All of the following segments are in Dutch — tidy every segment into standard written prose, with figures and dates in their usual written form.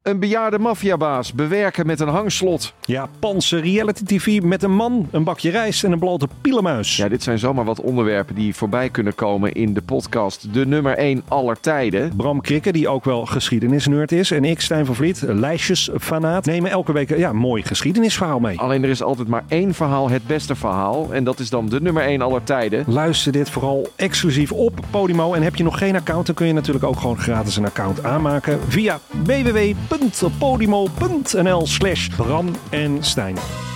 Een bejaarde maffiabaas bewerken met een hangslot. Japanse reality TV met een man, een bakje rijst en een blote pielenmuis. Ja, dit zijn zomaar wat onderwerpen die voorbij kunnen komen in de podcast De nummer 1 aller tijden. Bram Krikke, die ook wel geschiedenisnerd is. En ik, Stijn van Vliet, lijstjesfanaat, nemen elke week een mooi geschiedenisverhaal mee. Alleen er is altijd maar één verhaal het beste verhaal. En dat is dan de nummer 1 aller tijden. Luister dit vooral exclusief op Podimo. En heb je nog geen account, dan kun je natuurlijk ook gewoon gratis een account aanmaken via www.podimo.nl/Bram en Stijn.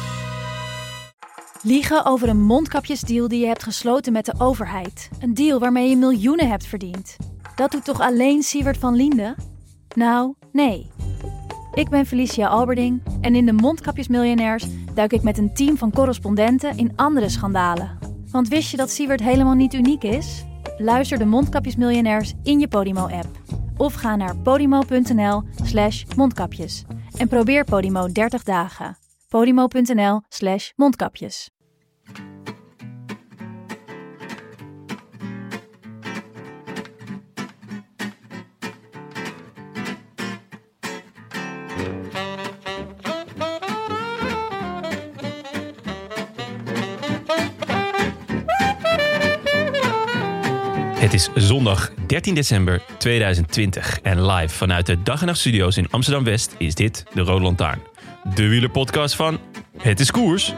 Liegen over een mondkapjesdeal die je hebt gesloten met de overheid. Een deal waarmee je miljoenen hebt verdiend. Dat doet toch alleen Siewert van Liende? Nou, nee. Ik ben Felicia Alberding en in de Mondkapjesmiljonairs duik ik met een team van correspondenten in andere schandalen. Want wist je dat Siewert helemaal niet uniek is? Luister de Mondkapjesmiljonairs in je Podimo-app. Of ga naar podimo.nl/mondkapjes. En probeer Podimo 30 dagen. podimo.nl/mondkapjes. Het is zondag 13 december 2020 en live vanuit de Dag en Nacht Studio's in Amsterdam-West is dit de Rode Lantaarn. De wielerpodcast van Het is Koers.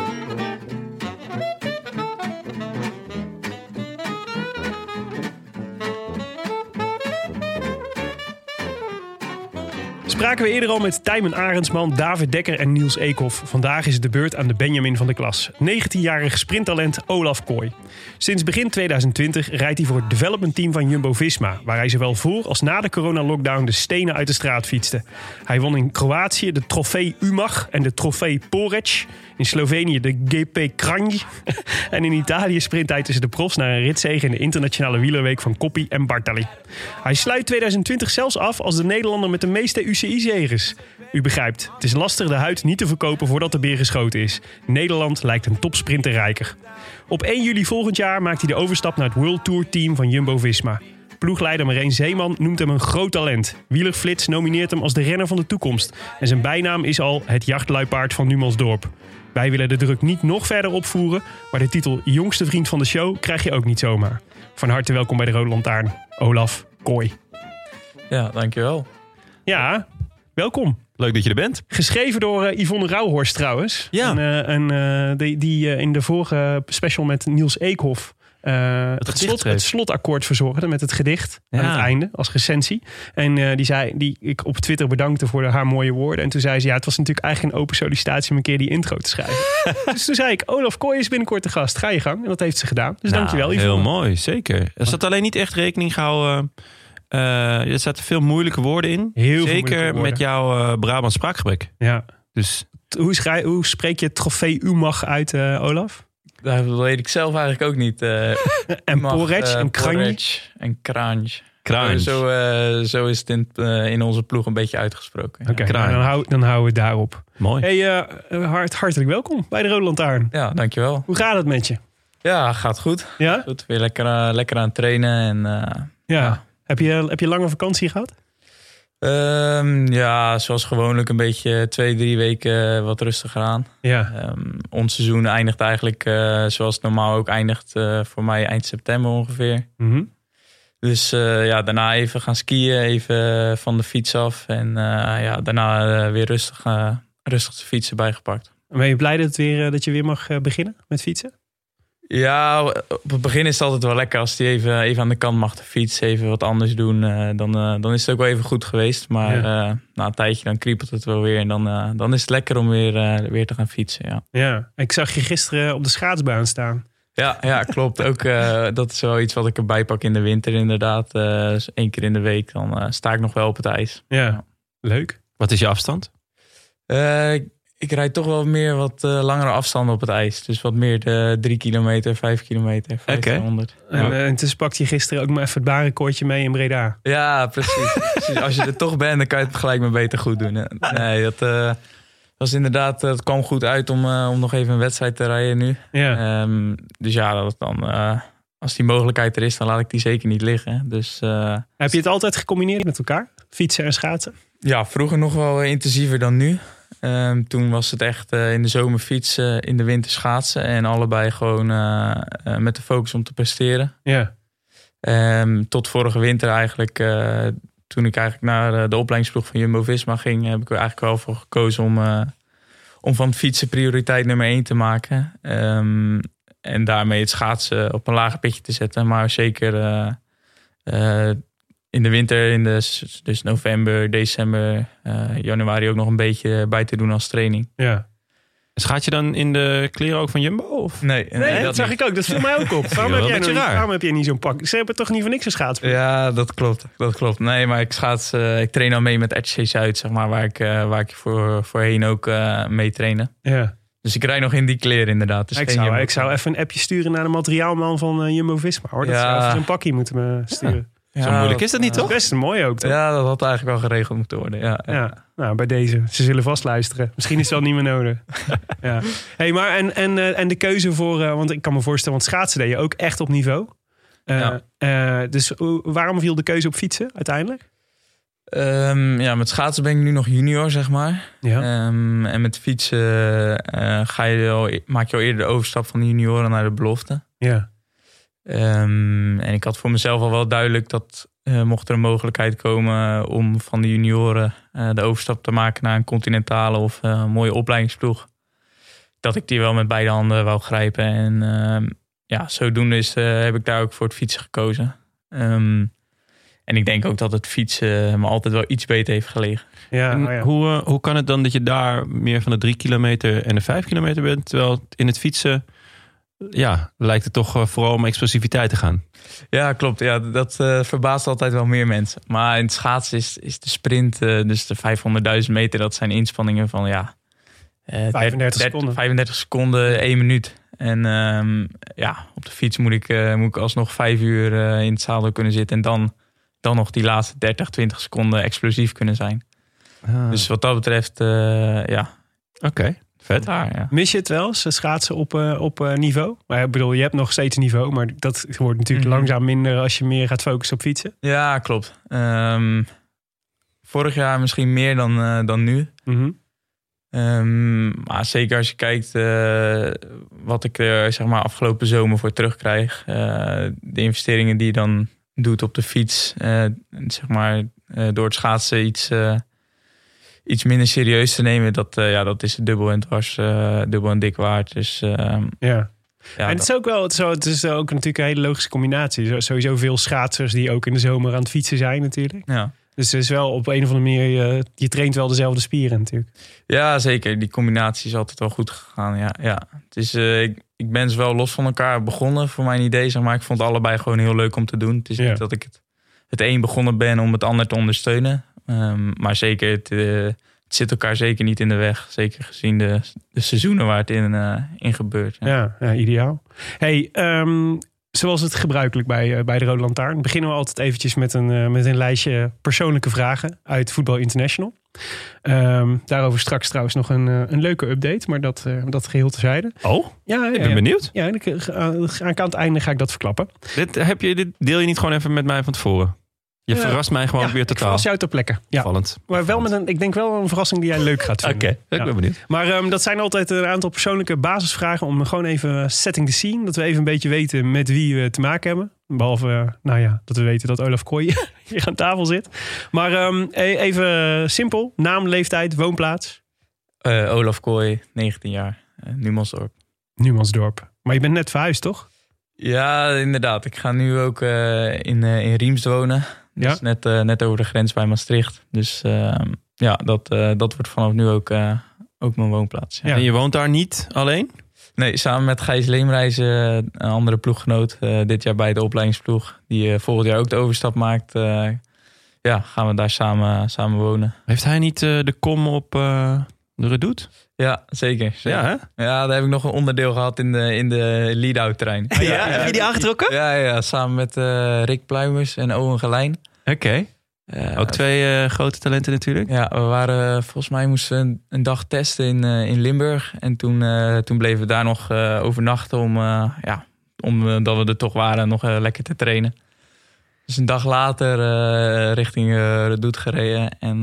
Spraken we eerder al met Tijmen Arendsman, David Dekker en Niels Eekhoff. Vandaag is het de beurt aan de Benjamin van de klas. 19-jarig sprinttalent Olaf Kooi. Sinds begin 2020 rijdt hij voor het development team van Jumbo-Visma, waar hij zowel voor als na de coronalockdown de stenen uit de straat fietste. Hij won in Kroatië de trofee Umag en de trofee Porec. In Slovenië de GP Kranj. En in Italië sprint hij tussen de profs naar een ritzege in de internationale wielerweek van Coppi en Bartali. Hij sluit 2020 zelfs af als de Nederlander met de meeste UCI-zeges. U begrijpt, het is lastig de huid niet te verkopen voordat de beer geschoten is. Nederland lijkt een topsprinter rijker. Op 1 juli volgend jaar maakt hij de overstap naar het World Tour team van Jumbo-Visma. Ploegleider Marijn Zeeman noemt hem een groot talent. Wielerflits nomineert hem als de renner van de toekomst. En zijn bijnaam is al het jachtluipaard van Numansdorp. Wij willen de druk niet nog verder opvoeren, maar de titel jongste vriend van de show krijg je ook niet zomaar. Van harte welkom bij de Rode Lantaarn, Olaf Kooi. Ja, dankjewel. Ja, welkom. Leuk dat je er bent. Geschreven door Yvonne Rauhorst trouwens. Ja. Die in de vorige special met Niels Eekhoff het slotakkoord verzorgde met het gedicht aan het einde als recensie. En die ik op Twitter bedankte voor haar mooie woorden. En toen zei ze, het was natuurlijk eigenlijk een open sollicitatie om een keer die intro te schrijven. Dus toen zei ik, Olaf Kooi is binnenkort de gast. Ga je gang. En dat heeft ze gedaan. Dus dankjewel, Yvonne. Heel mooi, zeker. Er zat alleen niet echt rekening gehouden. Er zaten veel moeilijke woorden in. Zeker met jouw Brabants spraakgebrek. Ja. Dus hoe spreek je trofee Umag uit, Olaf? Dat weet ik zelf eigenlijk ook niet. En Porec en Kranj. En Kranj. Zo is het in onze ploeg een beetje uitgesproken. Oké, dan houden we het daarop. Mooi. Hey, hartelijk welkom bij de Rode Lantaarn. Ja, dankjewel. Hoe gaat het met je? Ja, gaat goed. Ja? Goed, weer lekker aan het trainen. En, Heb je lange vakantie gehad? Zoals gewoonlijk een beetje 2-3 weken wat rustiger aan. Ja. Ons seizoen eindigt eigenlijk zoals het normaal ook eindigt voor mij eind september ongeveer. Mm-hmm. Dus daarna even gaan skiën, even van de fiets af. En daarna weer rustig de fietsen bijgepakt. Ben je blij dat je weer mag beginnen met fietsen? Ja, op het begin is het altijd wel lekker als hij even aan de kant mag de fiets, even wat anders doen. Dan is het ook wel even goed geweest. Maar na een tijdje dan kriepelt het wel weer. En dan is het lekker om weer te gaan fietsen. Ja, ik zag je gisteren op de schaatsbaan staan. Ja, klopt. Ook dat is wel iets wat ik erbij pak in de winter inderdaad. Dus 1 keer in de week dan sta ik nog wel op het ijs. Ja, leuk. Wat is je afstand? Ik rijd toch wel meer wat langere afstanden op het ijs. Dus wat meer de 3 kilometer, 5 kilometer, 1500. Okay. En dus pakte je gisteren ook maar even het baanrecordje mee in Breda. Ja, precies. Als je er toch bent, dan kan je het gelijk maar beter goed doen. Nee, dat was inderdaad, het kwam goed uit om nog even een wedstrijd te rijden nu. Ja. Dus als die mogelijkheid er is, dan laat ik die zeker niet liggen. Dus, heb je het altijd gecombineerd met elkaar? Fietsen en schaatsen? Ja, vroeger nog wel intensiever dan nu. Toen was het echt in de zomer fietsen, in de winter schaatsen. En allebei gewoon met de focus om te presteren. Ja. Tot vorige winter eigenlijk, toen ik eigenlijk naar de opleidingsploeg van Jumbo-Visma ging, heb ik er eigenlijk wel voor gekozen om van het fietsen prioriteit nummer 1 te maken. En daarmee het schaatsen op een lager pitje te zetten. Maar zeker in de winter, dus november, december, januari ook nog een beetje bij te doen als training. Ja. Schaats je dan in de kleren ook van Jumbo? Of? Nee, dat zag ik ook. Dat viel mij ook op. Waarom heb jij niet zo'n pak? Ze hebben toch niet voor niks een schaats? Ja, dat klopt. Nee, maar ik train al mee met RTC Zuid, zeg maar, waar ik voorheen ook mee trainen. Ja. Dus ik rijd nog in die kleren inderdaad. Dus ik zou even een appje sturen naar de materiaalman van Jumbo-Visma. Hoor. Dat zou even zo'n pakje moeten sturen. Ja, zo moeilijk is dat niet, toch? Best mooi ook, toch? Ja, dat had eigenlijk wel geregeld moeten worden. Ja. Nou, bij deze. Ze zullen vast luisteren. Misschien is het wel niet meer nodig. Ja. Hey, maar en de keuze voor... want ik kan me voorstellen, want schaatsen deed je ook echt op niveau. Dus waarom viel de keuze op fietsen uiteindelijk? Met schaatsen ben ik nu nog junior, zeg maar. Ja. En met fietsen maak je al eerder de overstap van de junioren naar de belofte. Ja. En ik had voor mezelf al wel duidelijk dat mocht er een mogelijkheid komen om van de junioren de overstap te maken naar een continentale of een mooie opleidingsploeg, dat ik die wel met beide handen wou grijpen. En zodoende heb ik daar ook voor het fietsen gekozen. En ik denk ook dat het fietsen me altijd wel iets beter heeft gelegen. Ja, hoe kan het dan dat je daar meer van de 3 kilometer en de 5 kilometer bent, terwijl in het fietsen lijkt het toch vooral om explosiviteit te gaan? Ja, klopt. Ja, dat verbaast altijd wel meer mensen. Maar in het schaatsen is de sprint, dus de 500.000 meter, dat zijn inspanningen van 35 seconden, 1 minuut. En op de fiets moet ik alsnog 5 uur in het zadel kunnen zitten en dan nog die laatste 30, 20 seconden explosief kunnen zijn. Dus wat dat betreft, Oké, vet. Mis je het wel eens, schaatsen op niveau? Maar ik bedoel, je hebt nog steeds niveau, maar dat wordt natuurlijk langzaam minder als je meer gaat focussen op fietsen. Ja, klopt. Vorig jaar misschien meer dan nu. Maar zeker als je kijkt wat ik er zeg maar afgelopen zomer voor terugkrijg. De investeringen die je dan doet op de fiets. Zeg maar door het schaatsen iets minder serieus te nemen. Dat is dubbel en dwars, dubbel en dik waard. Dus en het is ook wel zo. Het is ook natuurlijk een hele logische combinatie. Sowieso veel schaatsers die ook in de zomer aan het fietsen zijn natuurlijk. Ja. Dus het is wel op een of andere manier, je traint wel dezelfde spieren natuurlijk. Ja, zeker. Die combinatie is altijd wel goed gegaan. Ja. Het is, ik ben ze wel los van elkaar begonnen voor mijn idee. Zeg maar. Ik vond het allebei gewoon heel leuk om te doen. Het is niet dat ik het een begonnen ben om het ander te ondersteunen. Maar zeker, het zit elkaar zeker niet in de weg. Zeker gezien de seizoenen waar het in gebeurt. Ja, ideaal. Hey, zoals het gebruikelijk bij de Rode Lantaarn, beginnen we altijd eventjes met een lijstje persoonlijke vragen uit Voetbal International. Daarover straks trouwens nog een leuke update, maar dat geheel terzijde. Oh, ik ben benieuwd. Ja, aan het einde ga ik dat verklappen. Dit deel je niet gewoon even met mij van tevoren? Je verrast mij gewoon weer totaal. Ik verras jou ter plekke. Ja. Vallend. Maar wel ik denk wel een verrassing die jij leuk gaat vinden. Oké, ik ben benieuwd. Maar dat zijn altijd een aantal persoonlijke basisvragen om gewoon even setting the scene. Dat we even een beetje weten met wie we te maken hebben. Behalve, dat we weten dat Olaf Kooi hier aan tafel zit. Maar even simpel. Naam, leeftijd, woonplaats. Olaf Kooi, 19 jaar. Numansdorp. Numansdorp. Maar je bent net verhuisd, toch? Ja, inderdaad. Ik ga nu ook in Riems wonen. Dus net over de grens bij Maastricht. Dus dat wordt vanaf nu ook mijn woonplaats. Ja. En je woont daar niet alleen? Nee, samen met Gijs Leemreizen, een andere ploeggenoot. Dit jaar bij de opleidingsploeg. Die volgend jaar ook de overstap maakt. Gaan we daar samen wonen. Heeft hij niet de kom op de Redoute? Ja, zeker. Ja, hè? Ja, daar heb ik nog een onderdeel gehad in de lead-out terrein. Heb je die aangetrokken? Ja, samen met Rick Pluimers en Owen Gelijn. Oké. Ook 2 grote talenten natuurlijk. Ja, we waren volgens mij moesten een dag testen in Limburg. En toen bleven we daar nog overnachten omdat we er toch waren nog lekker te trainen. Dus een dag later richting Redoute gereden. En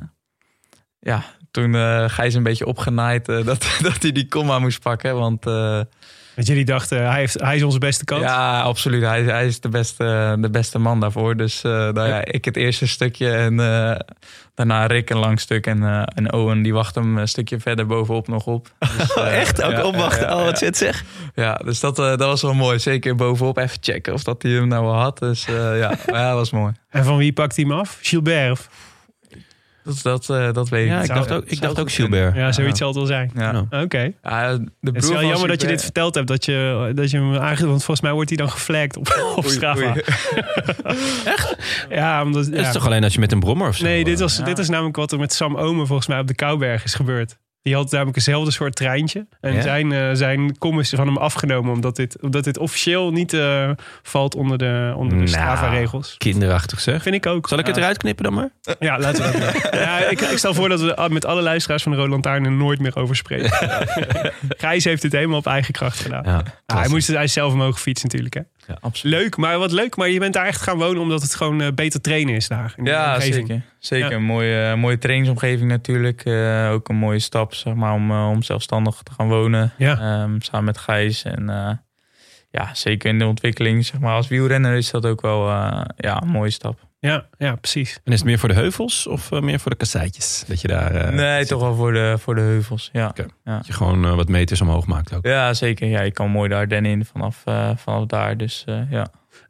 toen Gijs een beetje opgenaaid dat hij die komma moest pakken. Want dat jullie dachten, hij is onze beste kant? Ja, absoluut. Hij is de beste man daarvoor. Dus ik het eerste stukje en daarna Rick een lang stuk. En Owen die wacht hem een stukje verder bovenop nog op. Dus, echt? Ook opwachten? Wat zit zeg? Ja, dus dat was wel mooi. Zeker bovenop even checken of dat hij hem nou wel had. Dus dat was mooi. En van wie pakt hij hem af? Gilbert? Dat weet ik. Ja, ik dacht ook Gilbert. Ja, zoiets zal het wel zijn. Ja. Oké. Ja, Het is wel jammer dat je dit verteld hebt. Dat je hem eigenlijk... Want volgens mij wordt hij dan geflagd op Strava. Echt? Ja, omdat... Dat is toch alleen als je met een brommer of zo? Nee, dit is namelijk wat er met Sam Omen volgens mij op de Kouberg is gebeurd. Die had namelijk eenzelfde soort treintje. En zijn kom is van hem afgenomen. Omdat dit officieel niet valt onder de Strava-regels. Kinderachtig zeg. Vind ik ook. Zal ik het eruit knippen dan maar? Ja, laten we dat doen. Ja, ik stel voor dat we met alle luisteraars van de Rode Lantaarn er nooit meer over spreken. Gijs heeft het helemaal op eigen kracht gedaan. Ja, hij is zelf mogen fietsen natuurlijk. Hè? Ja, absoluut. Leuk. Maar je bent daar echt gaan wonen omdat het gewoon beter trainen is daar. Ja, zeker. Een mooie trainingsomgeving natuurlijk. Ook een mooie stap zeg maar, om zelfstandig te gaan wonen. Ja. Samen met Gijs. En zeker in de ontwikkeling. Zeg maar, als wielrenner is dat ook wel een mooie stap. Ja, precies. En is het meer voor de heuvels of meer voor de kasseitjes? Dat je daar... nee, toch wel voor de heuvels. Ja. Okay. Ja. Dat je gewoon wat meters omhoog maakt ook. Ja, zeker. Ja, je kan mooi de Ardennen in vanaf daar. Dus ja.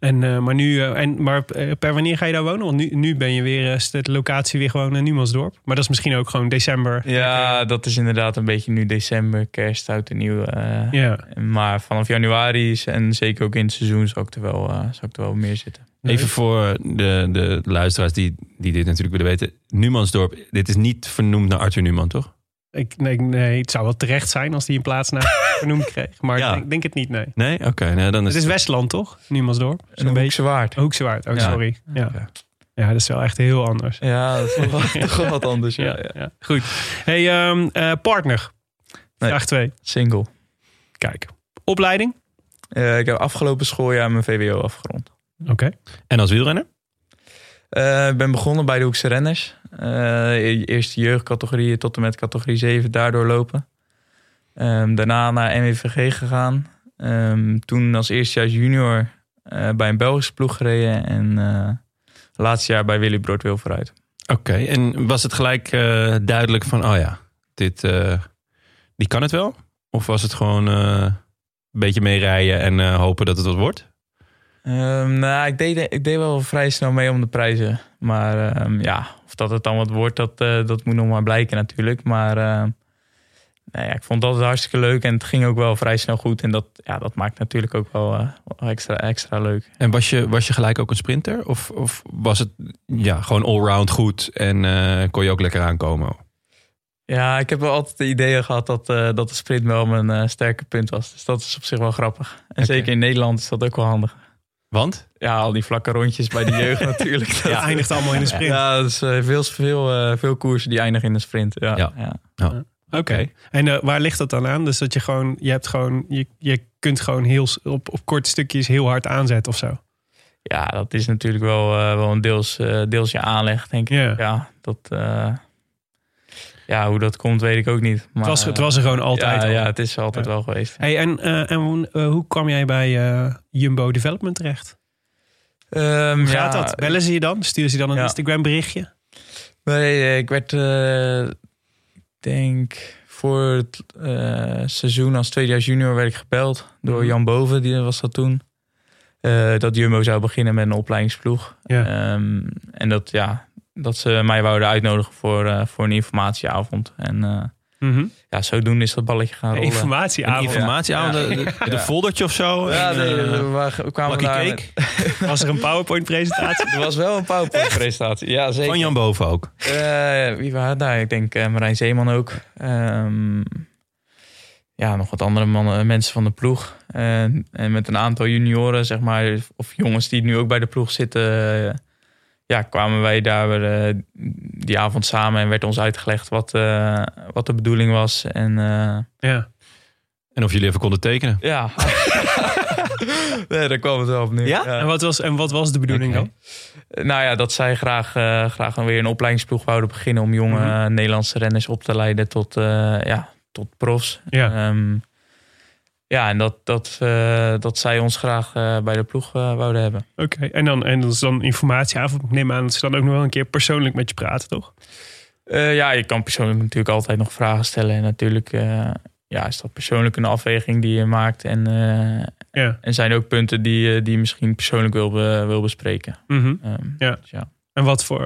Maar per wanneer ga je daar wonen? Want nu ben je weer, is de locatie weer gewoon in Numansdorp. Maar dat is misschien ook gewoon december. Ja, dat is inderdaad een beetje nu december, kerst, oud en nieuw. Maar vanaf januari en zeker ook in het seizoen zou ik er wel meer zitten. Even voor de luisteraars die dit natuurlijk willen weten. Numansdorp, dit is niet vernoemd naar Arthur Newman, toch? Nee, het zou wel terecht zijn als hij een plaatsnaam vernoemd kreeg. Maar ik denk het niet, nee. Nee? Oké. Nee, dan is het is Westland, toch? Numansdorp. Hoekse Waard. Hoekse Waard, sorry. Ja. Okay. Ja, dat is wel echt heel anders. Ja, dat is toch wel wat anders. Ja. Goed. Hey, partner. Vraag 2. Single. Kijk. Opleiding? Ik heb afgelopen schooljaar mijn VWO afgerond. Oké. En als wielrenner? Ik ben begonnen bij de Hoekse Renners. Eerste jeugdcategorie tot en met categorie 7 daardoor lopen. Daarna naar NWVG gegaan. Toen als eerstejaars junior bij een Belgische ploeg gereden. En laatste jaar bij Willy Brood Wilveruit. Oké, en was het gelijk duidelijk van... die kan het wel? Of was het gewoon een beetje meerijden en hopen dat het wat wordt? Ik deed wel vrij snel mee om de prijzen. Maar of dat het dan wat wordt, dat moet nog maar blijken natuurlijk. Maar ik vond het altijd hartstikke leuk. En het ging ook wel vrij snel goed. En dat maakt natuurlijk ook wel extra leuk. En was je gelijk ook een sprinter? Of was het gewoon allround goed en kon je ook lekker aankomen? Ja, ik heb wel altijd de ideeën gehad dat de sprint wel mijn sterke punt was. Dus dat is op zich wel grappig. En zeker in Nederland is dat ook wel handig. Want? Ja, al die vlakke rondjes bij de jeugd natuurlijk. Dat eindigt allemaal in de sprint. Ja, dus veel koersen die eindigen in de sprint. Ja. Oké. En waar ligt dat dan aan? Dus dat je kunt gewoon heel op korte stukjes heel hard aanzetten of zo? Ja, dat is natuurlijk wel een deels je aanleg, denk ik. Ja, hoe dat komt, weet ik ook niet. Maar, het was er gewoon altijd al. Ja, het is er altijd wel geweest. Hey, en hoe kwam jij bij Jumbo Development terecht? Hoe gaat dat? Bellen ze je dan? Sturen ze je dan een Instagram berichtje? Nee, ik werd, denk voor het seizoen als tweedejaars junior werd ik gebeld door Jan Boven, die was dat toen. Dat Jumbo zou beginnen met een opleidingsploeg. Ja. En dat ze mij wouden uitnodigen voor een informatieavond. En zodoende is dat balletje gaan rollen. Informatieavond? De foldertje of zo? Ja, we kwamen daar cake? Was er een PowerPoint-presentatie? Er was wel een PowerPoint-presentatie, ja zeker. Van Jan Boven ook? Wie waren daar? Ik denk Marijn Zeeman ook. Nog wat andere mensen van de ploeg. En met een aantal junioren, zeg maar, of jongens die nu ook bij de ploeg zitten... kwamen wij daar die avond samen en werd ons uitgelegd wat de bedoeling was. En of jullie even konden tekenen. Ja. Nee, daar kwam het wel op neer. Ja? En wat was de bedoeling dan? Nou ja, dat zij graag dan weer een opleidingsploeg wouden beginnen om jonge Nederlandse renners op te leiden tot profs. Ja. En dat zij ons graag bij de ploeg wouden hebben. Oké, en dat is dan informatieavond. Ik neem aan dat ze dan ook nog wel een keer persoonlijk met je praten, toch? Je kan persoonlijk natuurlijk altijd nog vragen stellen. En natuurlijk is dat persoonlijk een afweging die je maakt. En zijn er ook punten die je misschien persoonlijk wil bespreken. Mm-hmm. Dus ja. En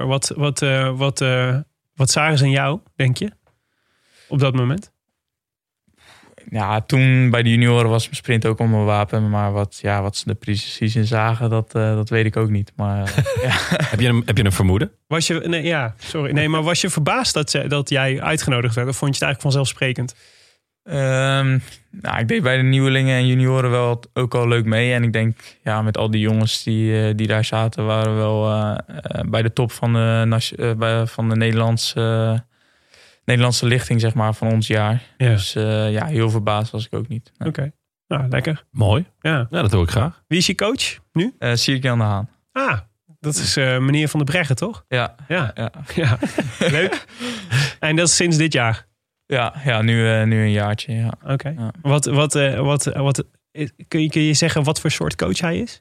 wat zagen ze in jou, denk je? Op dat moment? Ja, toen bij de junioren was mijn sprint ook al mijn wapen. Maar wat ze er precies in zagen, dat weet ik ook niet. Maar, Heb je een vermoeden? Was je verbaasd dat jij uitgenodigd werd? Of vond je het eigenlijk vanzelfsprekend? Ik deed bij de nieuwelingen en junioren wel ook al leuk mee. En ik denk, met al die jongens die daar zaten, waren we wel bij de top van de Nederlandse lichting, zeg maar, van ons jaar. Ja. Dus heel verbaasd was ik ook niet. Nee. Oké. Nou, lekker. Mooi. Ja, dat hoor ik graag. Wie is je coach nu? Sierke-Jan de Haan. Ah, dat is meneer Van der Breggen, toch? Ja. Leuk. En dat is sinds dit jaar? Ja, nu een jaartje, ja. Oké. Ja. Kun je zeggen wat voor soort coach hij is?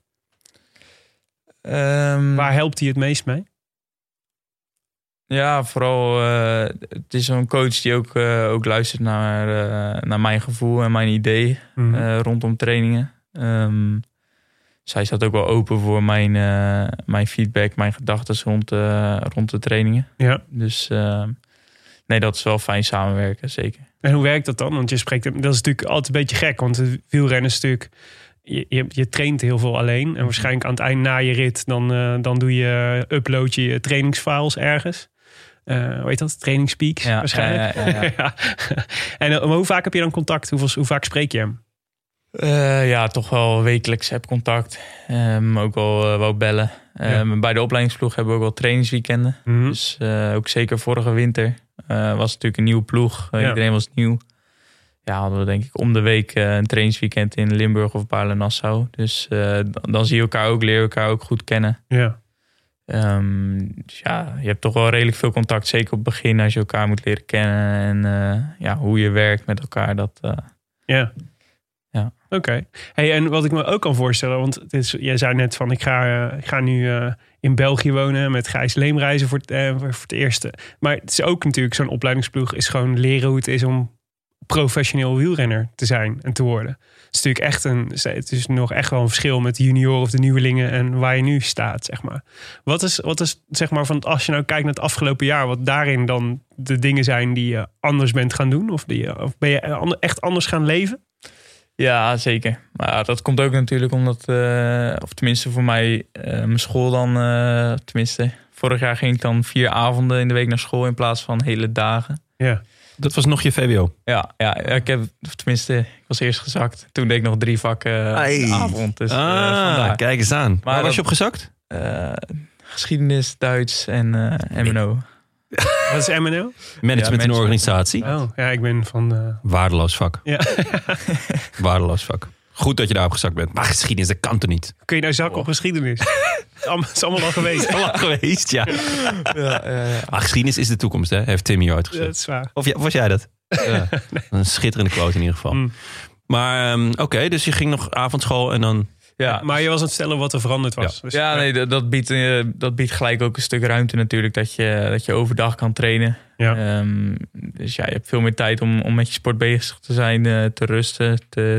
Waar helpt hij het meest mee? Ja, vooral het is zo'n coach die ook luistert naar mijn gevoel en mijn idee rondom trainingen. Zij staat ook wel open voor mijn feedback, mijn gedachten rond de trainingen. Ja. Dus dat is wel fijn samenwerken, zeker. En hoe werkt dat dan? Want je spreekt, dat is natuurlijk altijd een beetje gek, want het wielrennen is natuurlijk... Je traint heel veel alleen. En waarschijnlijk aan het eind na je rit... dan upload je trainingsfiles ergens. Hoe heet dat? Trainingspeaks waarschijnlijk. Ja. En hoe vaak heb je dan contact? Hoe vaak spreek je hem? Toch wel wekelijks heb contact. Ook wel bellen. Bij de opleidingsploeg hebben we ook wel trainingsweekenden. Mm-hmm. Dus ook zeker vorige winter was natuurlijk een nieuwe ploeg. Iedereen was nieuw. Ja, hadden we denk ik om de week een trainingsweekend in Limburg of Baarle-Nassau. Dus dan zie je elkaar ook, leer je elkaar ook goed kennen. Ja. Dus je hebt toch wel redelijk veel contact. Zeker op het begin als je elkaar moet leren kennen. En hoe je werkt met elkaar. Ja. Oké. Hey, en wat ik me ook kan voorstellen, want jij zei net van ik ga nu in België wonen met Gijs Leemreizen voor het eerste. Maar het is ook natuurlijk zo'n opleidingsploeg is gewoon leren hoe het is om professioneel wielrenner te zijn en te worden. Het is natuurlijk het is nog echt wel een verschil met de junioren of de nieuwelingen en waar je nu staat, zeg maar. Wat is zeg maar als je nou kijkt naar het afgelopen jaar, wat daarin dan de dingen zijn die je anders bent gaan doen of ben je echt anders gaan leven? Ja, zeker. Maar dat komt ook natuurlijk omdat, of tenminste voor mij, mijn school dan, tenminste, vorig jaar ging ik dan 4 avonden in de week naar school in plaats van hele dagen. Ja. Dat was nog je VWO? Ja, ik was eerst gezakt. Toen deed ik nog 3 vakken avond. Dus, kijk eens aan. Maar waar was je op gezakt? Geschiedenis, Duits en MNO. Wat is MNO? Management en organisatie. Oh, ja, ik ben van... Waardeloos vak. Ja. Waardeloos vak. Goed dat je daarop gezakt bent. Maar geschiedenis, dat kan toch niet? Kun je nou zakken op geschiedenis? Het is allemaal al geweest. Allemaal geweest, ja. Maar geschiedenis is de toekomst, hè? Heeft Tim hier uitgezet. Dat is waar. Of was jij dat? Ja. Een schitterende quote in ieder geval. Maar oké, dus je ging nog avondschool en dan... Ja, maar je was aan het stellen wat er veranderd was. Ja, dus, dat biedt gelijk ook een stuk ruimte natuurlijk. Dat je overdag kan trainen. Ja. Dus je hebt veel meer tijd om met je sport bezig te zijn. Te rusten.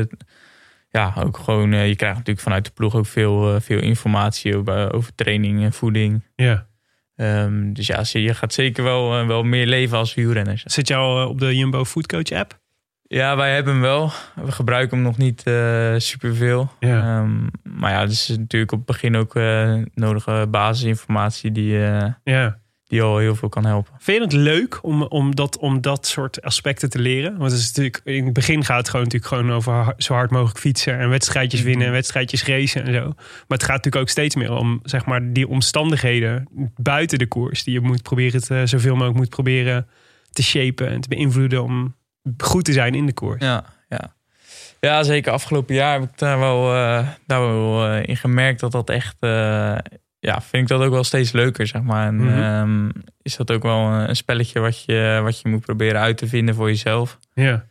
Ook gewoon, je krijgt natuurlijk vanuit de ploeg ook veel informatie over training en voeding. Ja. Dus je gaat zeker wel meer leven als wielrenner. Zit je al op de Jumbo Foodcoach app? Ja, wij hebben hem wel. We gebruiken hem nog niet superveel. Ja. Maar het is natuurlijk op het begin ook nodige basisinformatie die al heel veel kan helpen. Vind je het leuk om dat soort aspecten te leren? Want het is natuurlijk, in het begin gaat het gewoon over zo hard mogelijk fietsen en wedstrijdjes winnen en wedstrijdjes racen en zo. Maar het gaat natuurlijk ook steeds meer om zeg maar die omstandigheden buiten de koers die je moet proberen zoveel mogelijk moet proberen te shapen en te beïnvloeden om goed te zijn in de koers. Ja, zeker. Afgelopen jaar heb ik daar wel in gemerkt dat echt... vind ik dat ook wel steeds leuker, zeg maar. En is dat ook wel een spelletje wat je moet proberen uit te vinden voor jezelf. Ja.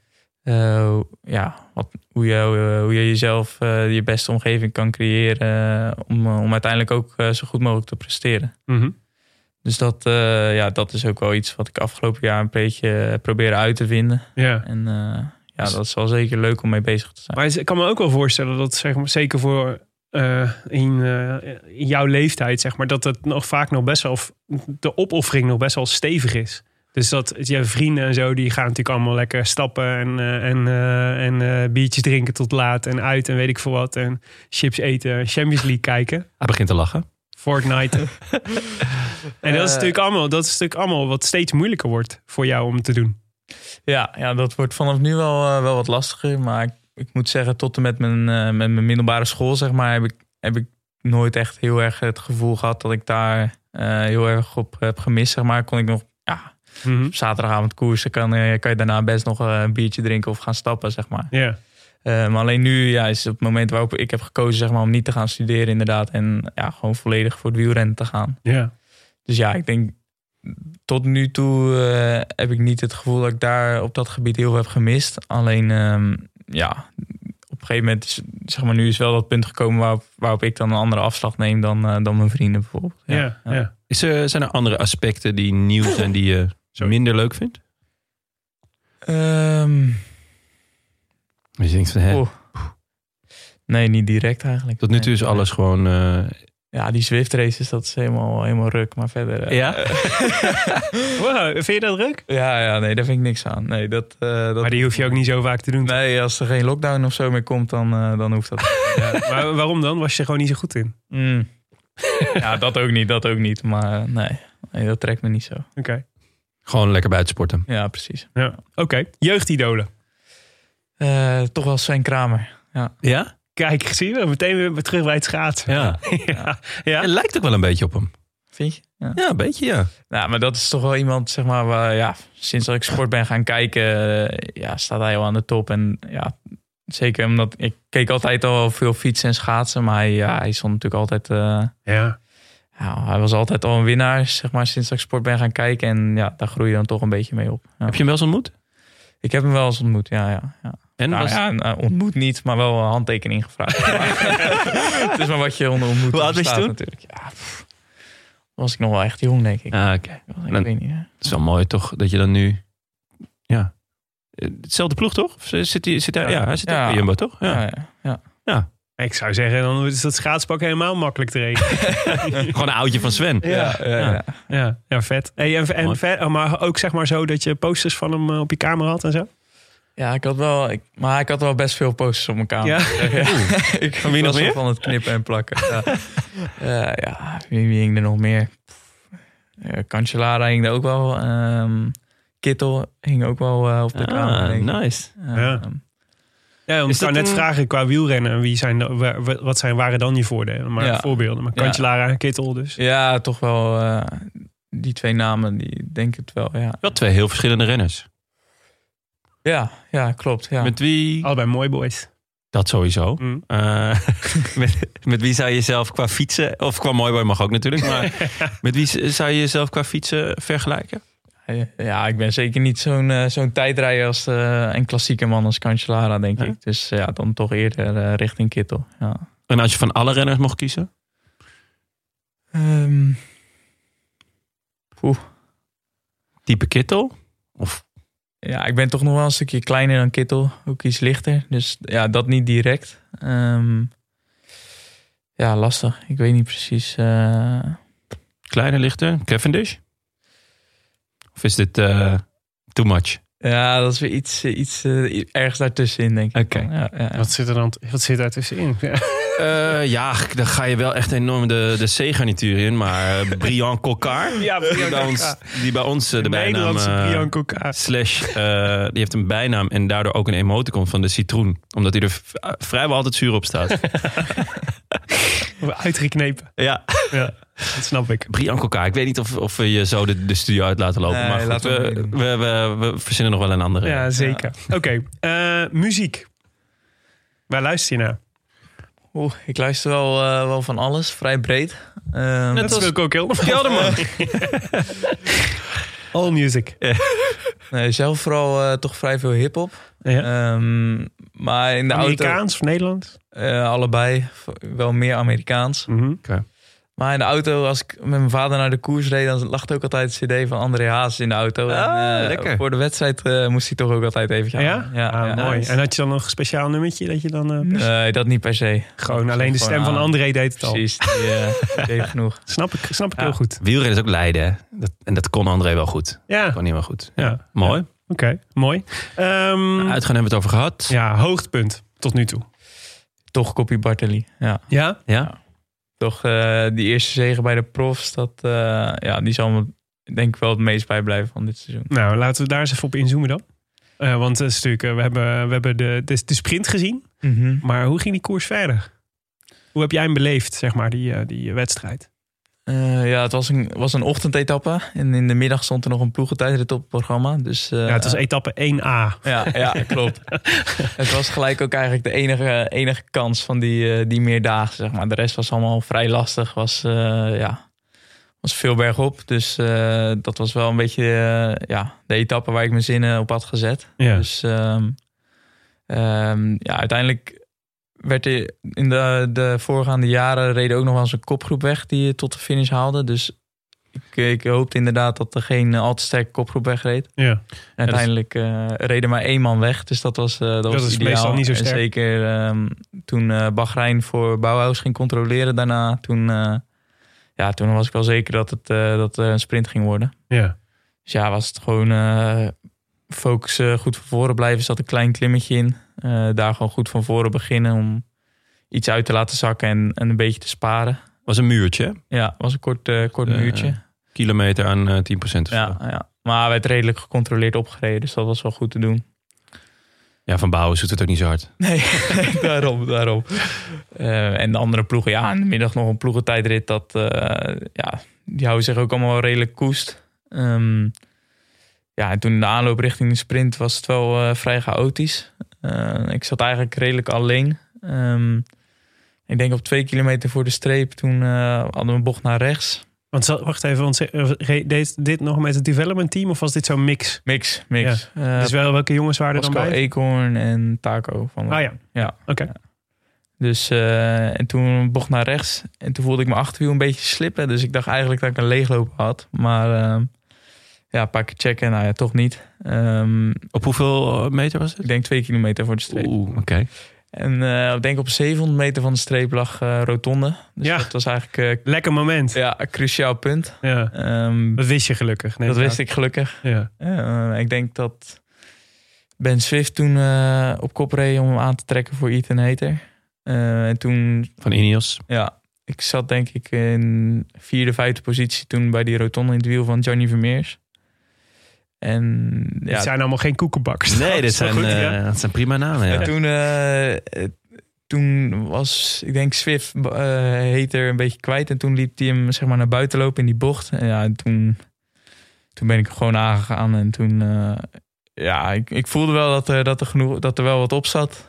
Hoe je jezelf je beste omgeving kan creëren om uiteindelijk ook zo goed mogelijk te presteren. Mm-hmm. Dus dat is ook wel iets wat ik afgelopen jaar een beetje probeer uit te vinden. Ja. En dat is wel zeker leuk om mee bezig te zijn. Maar ik kan me ook wel voorstellen dat, zeg maar, zeker voor in jouw leeftijd, zeg maar, dat het nog vaak nog best wel, de opoffering nog best wel stevig is. Dus dat je vrienden en zo, die gaan natuurlijk allemaal lekker stappen en biertjes drinken tot laat en uit en weet ik veel wat. En chips eten, Champions League kijken. Hij begint te lachen. Fortnite. En dat is natuurlijk allemaal wat steeds moeilijker wordt voor jou om te doen. Ja, dat wordt vanaf nu wel wat lastiger. Maar ik moet zeggen, tot en met mijn middelbare school, zeg maar, heb ik nooit echt heel erg het gevoel gehad dat ik daar heel erg op heb gemist, zeg maar. Kon ik nog op zaterdagavond koersen, kan je daarna best nog een biertje drinken of gaan stappen, zeg maar. Ja. Maar alleen nu is het moment waarop ik heb gekozen, zeg maar, om niet te gaan studeren inderdaad. En gewoon volledig voor het wielrennen te gaan. Ja. Dus ik denk, tot nu toe heb ik niet het gevoel dat ik daar op dat gebied heel veel heb gemist. Alleen, op een gegeven moment, zeg maar, nu is wel dat punt gekomen waarop ik dan een andere afslag neem dan mijn vrienden bijvoorbeeld. Ja. Zijn er andere aspecten die nieuw zijn die je minder leuk vindt? Je denkt van, nee, niet direct eigenlijk. Tot nu toe is alles gewoon... die Zwift races, dat is helemaal ruk. Maar verder... Ja? Wow, vind je dat ruk? Ja, nee, daar vind ik niks aan. Nee, dat maar die hoef je ook niet zo vaak te doen. Nee, als er geen lockdown of zo meer komt, dan hoeft dat. Ja, maar waarom dan? Was je er gewoon niet zo goed in? Ja, dat ook niet. Maar nee, dat trekt me niet zo. Oké. Gewoon lekker buiten sporten. Ja, precies. Ja. Oké. Jeugdidolen? Toch wel Sven Kramer. Ja? Kijk, zie je, meteen weer terug bij het schaatsen. Ja. Ja. Het lijkt ook wel een beetje op hem. Vind je? Ja, een beetje, ja. Nou, maar dat is toch wel iemand, zeg maar, waar, sinds dat ik sport ben gaan kijken, staat hij al aan de top. En zeker omdat ik keek altijd al veel fietsen en schaatsen, maar hij stond natuurlijk altijd... hij was altijd al een winnaar, zeg maar, sinds dat ik sport ben gaan kijken. En daar groei je dan toch een beetje mee op. Ja. Heb je hem wel eens ontmoet? Ik heb hem wel eens ontmoet, ja. En ontmoet niet, maar wel een handtekening gevraagd. Het is maar wat je onder ontmoet. Hoe oud was je toen? Natuurlijk. Was ik nog wel echt jong, denk ik. Ah, oké. Ik weet niet. Het is wel mooi toch, dat je dan nu... Ja. Hetzelfde ploeg, toch? Of zit hij hij zit bij Jumbo, toch? Ja. Ik zou zeggen, dan is dat schaatspak helemaal makkelijk te regelen. Gewoon een oudje van Sven. Ja, vet. Hey, en vet, maar ook zeg maar zo dat je posters van hem op je kamer had en zo? Ja, ik had wel best veel posters op mijn kamer. Ja? Ik van wie nog meer? Van het knippen en plakken. Wie hing er nog meer? Cancellara hing er ook wel. Kittel hing ook wel op de kamer. Denk ik. Nice. Ik zou net vragen qua wielrennen. Wat waren dan je voordelen? Maar voorbeelden. Maar Cancellara en Kittel dus. Ja, toch wel die twee namen. Die denk het wel, ja. Wel twee heel verschillende renners. Ja, klopt. Ja. Met wie? Allebei mooi boys. Dat sowieso. Met wie zou je jezelf qua fietsen... Of qua mooiboy mag ook natuurlijk. Maar met wie zou je jezelf qua fietsen vergelijken? Ja, ik ben zeker niet zo'n tijdrijder als een klassieke man als Cancellara, denk ik. Dus dan toch eerder richting Kittel. Ja. En als je van alle renners mocht kiezen? Type Kittel? Of... Ja, ik ben toch nog wel een stukje kleiner dan Kittel. Ook iets lichter. Dus dat niet direct. Lastig. Ik weet niet precies. Kleiner, lichter? Cavendish? Of is dit too much? Ja, dat is weer iets ergens daartussenin, denk ik. Okay. Wat zit daar tussenin? Dan ga je wel echt enorm de C-garnituur in. Maar Brian Coquard, die bij ons de bijnaam... Brian Coquard. Die heeft een bijnaam en daardoor ook een emoticon van de citroen. Omdat hij er vrijwel altijd zuur op staat. Uitgeknepen. Ja, dat snap ik. Brian Coquard. Ik weet niet of we je zo de studio uit laten lopen. Nee, maar goed, we verzinnen nog wel een andere. Ja, zeker. Oké, muziek. Waar luister je naar? Ik luister wel van alles, vrij breed. Dat wil ik ook heel Kelderman. All music. Nee, zelf vooral toch vrij veel hiphop. Ja. Maar in de Amerikaans of Nederlands? Allebei. Wel meer Amerikaans. Mm-hmm. Okay. Maar in de auto, als ik met mijn vader naar de koers reed, dan lag er ook altijd een cd van André Hazes in de auto. Lekker. Voor de wedstrijd moest hij toch ook altijd even gaan. Ja? Mooi. En had je dan nog een speciaal nummertje dat je dan... Dat niet per se. Gewoon alleen de stem van André deed het al. Precies, die deed genoeg. Snap ik heel goed. Wielrennen is ook leiden. Hè? En dat kon André wel goed. Ja. Dat kon hij wel goed. Ja. Mooi. Oké, mooi. Uitgaan hebben we het over gehad. Ja, hoogtepunt tot nu toe. Toch Koppie Bartali. Ja? Ja. Toch die eerste zege bij de profs, die zal me denk ik wel het meest bijblijven van dit seizoen. Nou, laten we daar eens even op inzoomen dan. Want het is natuurlijk, we hebben de sprint gezien. Mm-hmm. Maar hoe ging die koers verder? Hoe heb jij hem beleefd, zeg maar, die wedstrijd? Het was een ochtendetappe. En in de middag stond er nog een ploegentijdrit op het programma. Dus, het was etappe 1A. Ja, klopt. Het was gelijk ook eigenlijk de enige kans van die meerdaagse, zeg maar. De rest was allemaal vrij lastig. Was veel bergop. Dus dat was wel een beetje de etappe waar ik mijn zinnen op had gezet. Ja. Dus uiteindelijk werd er in de voorgaande jaren reden ook nog wel eens een kopgroep weg die je tot de finish haalde. Dus ik hoopte inderdaad dat er geen al te sterke kopgroep wegreed. Ja. En uiteindelijk reed er maar 1 man weg. Dus dat was is ideaal. meestal niet zo sterk. En zeker toen Bahrein voor Bauhaus ging controleren daarna. Toen was ik wel zeker dat het een sprint ging worden. Ja. Dus was het gewoon focussen, goed van voren blijven. Zat een klein klimmetje in. Daar gewoon goed van voren beginnen om iets uit te laten zakken en een beetje te sparen. Was een muurtje, hè? Ja, was een kort muurtje. Kilometer aan 10% of zo. Ja. Maar werd redelijk gecontroleerd opgereden, dus dat was wel goed te doen. Ja, Van Bouwen doet het ook niet zo hard. Nee, daarom. En de andere ploegen, in de middag nog een ploegentijdrit. Die houden zich ook allemaal wel redelijk koest. En toen de aanloop richting de sprint was het wel vrij chaotisch. Ik zat eigenlijk redelijk alleen. Ik denk op 2 kilometer voor de streep. Toen hadden we een bocht naar rechts. Want wacht even, deed dit nog met het development team of was dit zo'n mix? Mix. Ja. Dus welke jongens waren er dan bij? Eekhoorn en Taco. Ja. Oké. Dus en toen een bocht naar rechts. En toen voelde ik mijn achterwiel een beetje slippen. Dus ik dacht eigenlijk dat ik een leegloop had. Maar een paar keer checken. Toch niet. Op hoeveel meter was het? Ik denk 2 kilometer voor de streep. Oké. En ik denk op 700 meter van de streep lag rotonde. Dus dat was eigenlijk... lekker moment. Ja, een cruciaal punt. Ja. Dat wist je gelukkig. Dat wist ik gelukkig. Ja. Ik denk dat Ben Swift toen op kop reed om hem aan te trekken voor Ethan Hayter. En toen... Van Ineos. Ja, ik zat denk ik in 4e, 5e positie toen bij die rotonde in het wiel van Johnny Vermeers. En het zijn allemaal geen koekenbakkers. Nee, dat zijn prima namen. Ja. En toen was, ik denk, Swift Hayter een beetje kwijt. En toen liet hij hem zeg maar naar buiten lopen in die bocht. En toen ben ik gewoon aangegaan. En toen, ik voelde wel dat er wel wat op zat.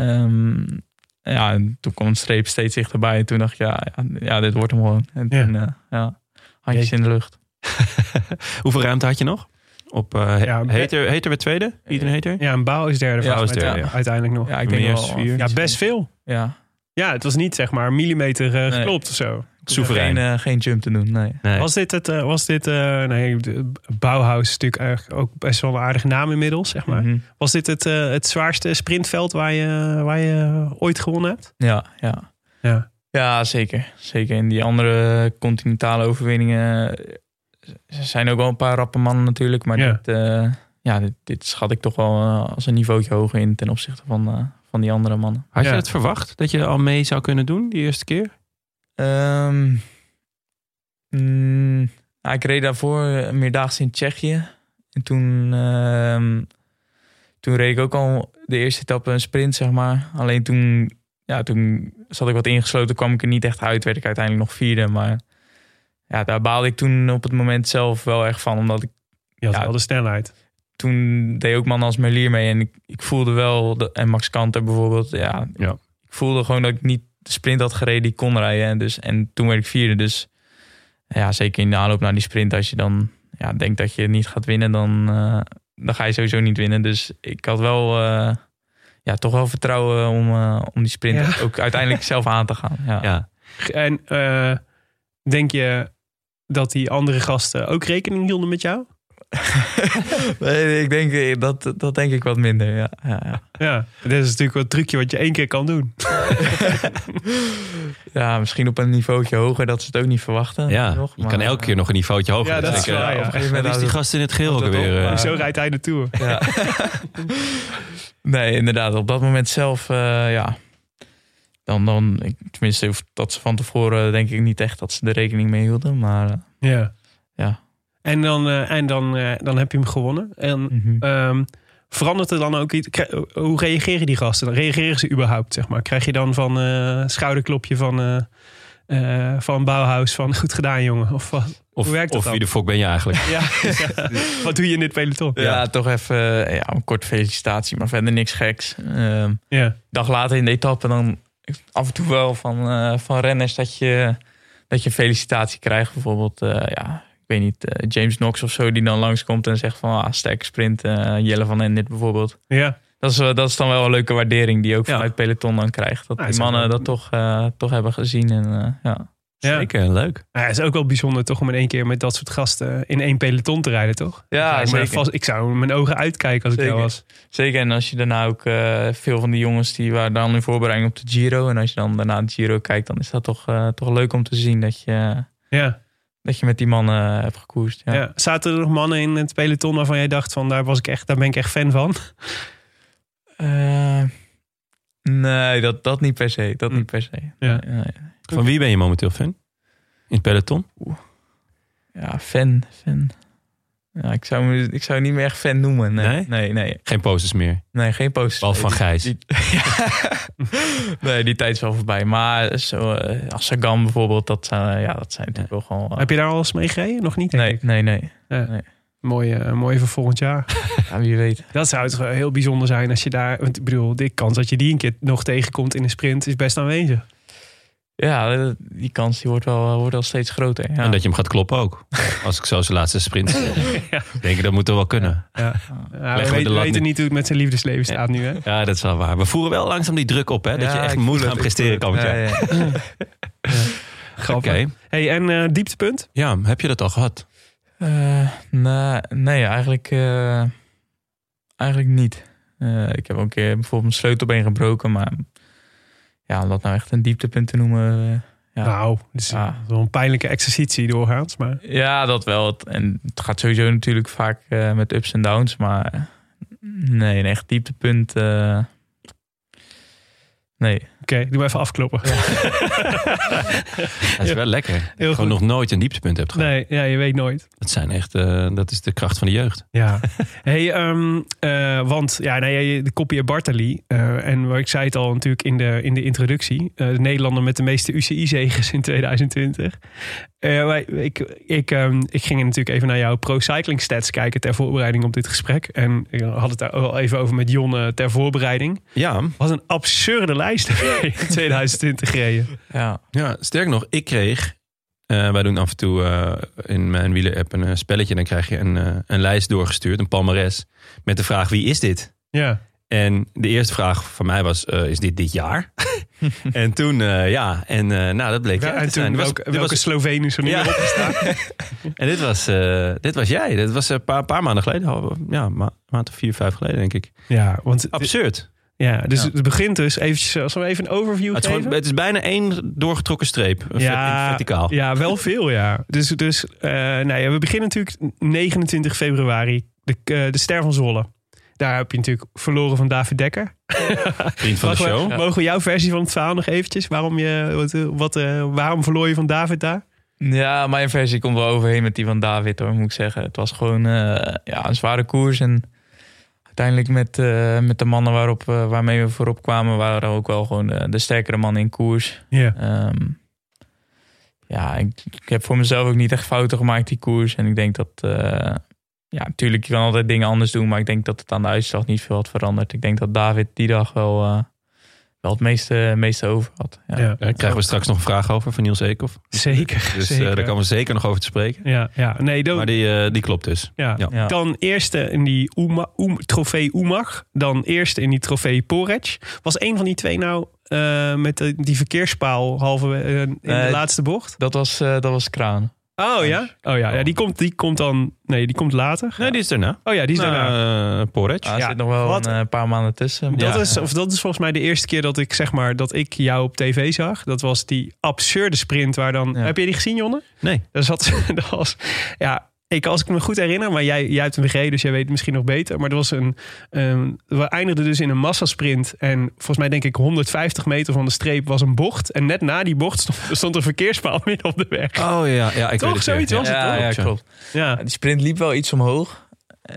En toen kwam een streep steeds dichterbij. En toen dacht ik, dit wordt hem gewoon. En toen, handjes in de lucht. Hoeveel ruimte had je nog? Op Hayter werd tweede? Ethan Hayter? Ja, en Bouw is derde. Uiteindelijk nog. Ja, ik denk wel 4. Ja, best veel. Ja, het was niet zeg maar millimeter geklopt of zo. Soeverein. Geen jump te doen, nee. Was dit Bauhaus is natuurlijk eigenlijk ook best wel een aardige naam inmiddels, zeg maar. Mm-hmm. Was dit het zwaarste sprintveld waar je ooit gewonnen hebt? Ja. Ja, zeker. Zeker. In die andere continentale overwinningen zijn ook wel een paar rappe mannen natuurlijk. Maar dit schat ik toch wel als een niveautje hoger in ten opzichte van die andere mannen. Had je het verwacht dat je al mee zou kunnen doen die eerste keer? Ik reed daarvoor een meerdaagse in Tsjechië. En toen reed ik ook al de eerste etappe een sprint, zeg maar. Alleen toen zat ik wat ingesloten, kwam ik er niet echt uit. Werd ik uiteindelijk nog 4e, maar daar baalde ik toen op het moment zelf wel echt van. Omdat ik... Je had wel de snelheid. toen deed ook mannen als Merlier mee. En ik voelde wel, en Max Kanter bijvoorbeeld. Ja. Ik voelde gewoon dat ik niet de sprint had gereden die ik kon rijden. En toen werd ik vierde. Dus ja, zeker in de aanloop naar die sprint. Als je dan denkt dat je het niet gaat winnen, dan ga je sowieso niet winnen. Dus ik had wel toch wel vertrouwen om die sprint ook uiteindelijk zelf aan te gaan. Ja. En denk je dat die andere gasten ook rekening hielden met jou? Nee, ik denk dat denk ik wat minder. Ja, dit is natuurlijk wel een trucje wat je 1 keer kan doen. Ja, misschien op een niveautje hoger dat ze het ook niet verwachten. Ja, nog, je kan elke keer nog een niveautje hoger. Ja, dat is waar. Op een gegeven moment is die gast in het geel ook weer. Zo rijdt hij de Tour. Ja. Nee, inderdaad. Op dat moment zelf, dan tenminste, dat ze van tevoren denk ik niet echt dat ze er rekening mee hielden. Maar ja. En dan heb je hem gewonnen. En verandert er dan ook iets? Hoe reageren die gasten? Reageren ze überhaupt, zeg maar? Krijg je dan van schouderklopje van Bauhaus van goed gedaan, jongen? Of wat? Hoe werkt dat of dan? wie de fok ben je eigenlijk? Wat doe je in dit peloton? Ja, toch even een korte felicitatie, maar verder niks geks. Dag later in de etappe dan af en toe wel van renners dat je felicitatie krijgt. Bijvoorbeeld, ik weet niet, James Knox of zo die dan langskomt en zegt van sterke sprint. Jelle van Endert bijvoorbeeld. Ja. Dat is dan wel een leuke waardering die je ook vanuit peloton dan krijgt. Dat die mannen dat toch hebben gezien. En, Zeker, leuk. Ja, het is ook wel bijzonder toch om in 1 keer met dat soort gasten in 1 peloton te rijden, toch? Ja, zeker. Ik zou mijn ogen uitkijken als ik daar was. Zeker, en als je daarna ook veel van die jongens die waren dan in voorbereiding op de Giro. En als je dan daarna de Giro kijkt, dan is dat toch leuk om te zien dat je... Dat je met die mannen hebt gekoerst. Ja. Zaten er nog mannen in het peloton waarvan jij dacht van daar ben ik echt fan van? Nee, dat niet per se. Niet per se. Ja. Nee. Van wie ben je momenteel fan? In het peloton? Ja, fan. Ja, ik zou niet meer echt fan noemen. Nee. Geen posters meer? Nee, geen posters. Behalve van Gijs? Nee, die tijd is wel voorbij. Maar zo, als Sagan bijvoorbeeld, dat zijn natuurlijk wel gewoon... Heb je daar al eens mee gereden? Nog niet? Nee. Mooi voor volgend jaar. Ja, wie weet. Dat zou toch heel bijzonder zijn als je daar... Want ik bedoel, de kans dat je die een keer nog tegenkomt in een sprint is best aanwezig. Ja, die kans die wordt wel steeds groter. Ja. En dat je hem gaat kloppen ook. Als ik zo zijn laatste sprint denk ik, dat moet er wel kunnen. We weten niet hoe het met zijn liefdesleven staat nu. Hè? Ja, dat is wel waar. We voeren wel langzaam die druk op. Hè? Dat je echt moet gaan presteren komend jaar. Grappig. Hey, en dieptepunt? Ja, heb je dat al gehad? Nee, eigenlijk niet. Ik heb ook een keer bijvoorbeeld mijn sleutelbeen gebroken, maar om dat nou echt een dieptepunt te noemen... Nou, het is wel een pijnlijke exercitie doorgaans. Maar... Ja, dat wel. En het gaat sowieso natuurlijk vaak met ups en downs, maar nee, een echt dieptepunt... Nee. Oké, doe maar even afkloppen. Ja. Dat is wel lekker. Gewoon nog nooit een dieptepunt hebt gehad. Nee, je weet nooit. Dat zijn echt, dat is de kracht van de jeugd. Ja. Hey, want de kopie Bartali. En waar ik zei het al natuurlijk in de introductie. De Nederlander met de meeste UCI-zeges in 2020. Ik ging natuurlijk even naar jouw Pro Cycling Stats kijken ter voorbereiding op dit gesprek. En ik had het daar al even over met Jon ter voorbereiding. Ja. Wat een absurde lijst in 2020 gereden. Ja, sterk nog, ik kreeg... wij doen af en toe in mijn wielerapp een spelletje. Dan krijg je een lijst doorgestuurd, een palmares. Met de vraag, wie is dit? Ja. En de eerste vraag van mij was, is dit jaar? En toen, dat bleek en toen, welke Slovenen is er nu opgestaan? En dit was jij. Dit was een paar maanden geleden. Ja, maand of 4-5 geleden, denk ik. Ja, want absurd. Ja, dus het begint dus eventjes, als we even een overview geven. Het is bijna 1 doorgetrokken streep. Verticaal. Ja, wel veel, ja. Dus we beginnen natuurlijk 29 februari. De Ster van Zwolle. Daar heb je natuurlijk verloren van David Dekker. Vriend van de show. Mogen we jouw versie van het verhaal nog eventjes? Waarom verloor je van David daar? Ja, mijn versie komt wel overheen met die van David, hoor, moet ik zeggen. Het was gewoon een zware koers. En uiteindelijk met de mannen waarmee we voorop kwamen... waren ook wel gewoon de sterkere mannen in koers. Yeah. Ik heb voor mezelf ook niet echt fouten gemaakt, die koers. En ik denk dat natuurlijk, je kan altijd dingen anders doen. Maar ik denk dat het aan de uitslag niet veel had veranderd. Ik denk dat David die dag wel het meeste over had. Ja. Ja. Daar krijgen we straks nog een vraag over van Niels Eekhoff. Zeker. Dus zeker. daar komen we zeker nog over te spreken. Ja. Nee, Maar die klopt dus. Ja. Ja. Dan eerste in die trofee Umag. Dan eerste in die trofee Porec. Was een van die twee nou met die verkeerspaal halverwege in de laatste bocht? Dat was Kraan. Oh ja, die komt dan... Nee, die komt later. Nee, die is daarna. Oh ja, die is daarna. Porec. Er zit nog wel een paar maanden tussen. Maar Dat is volgens mij de eerste keer dat ik zeg maar dat ik jou op tv zag. Dat was die absurde sprint waar dan... Ja. Heb je die gezien, Jonne? Nee. Dat was... Ja, als ik me goed herinner, maar jij hebt hem gereden, dus jij weet het misschien nog beter. Maar er was we eindigden dus in een massasprint. En volgens mij denk ik 150 meter van de streep was een bocht. En net na die bocht stond een verkeerspaal midden op de weg. Oh ja, ik Toch? weet het. Zoiets was het, toch? Ja, klopt. Ja. Die sprint liep wel iets omhoog.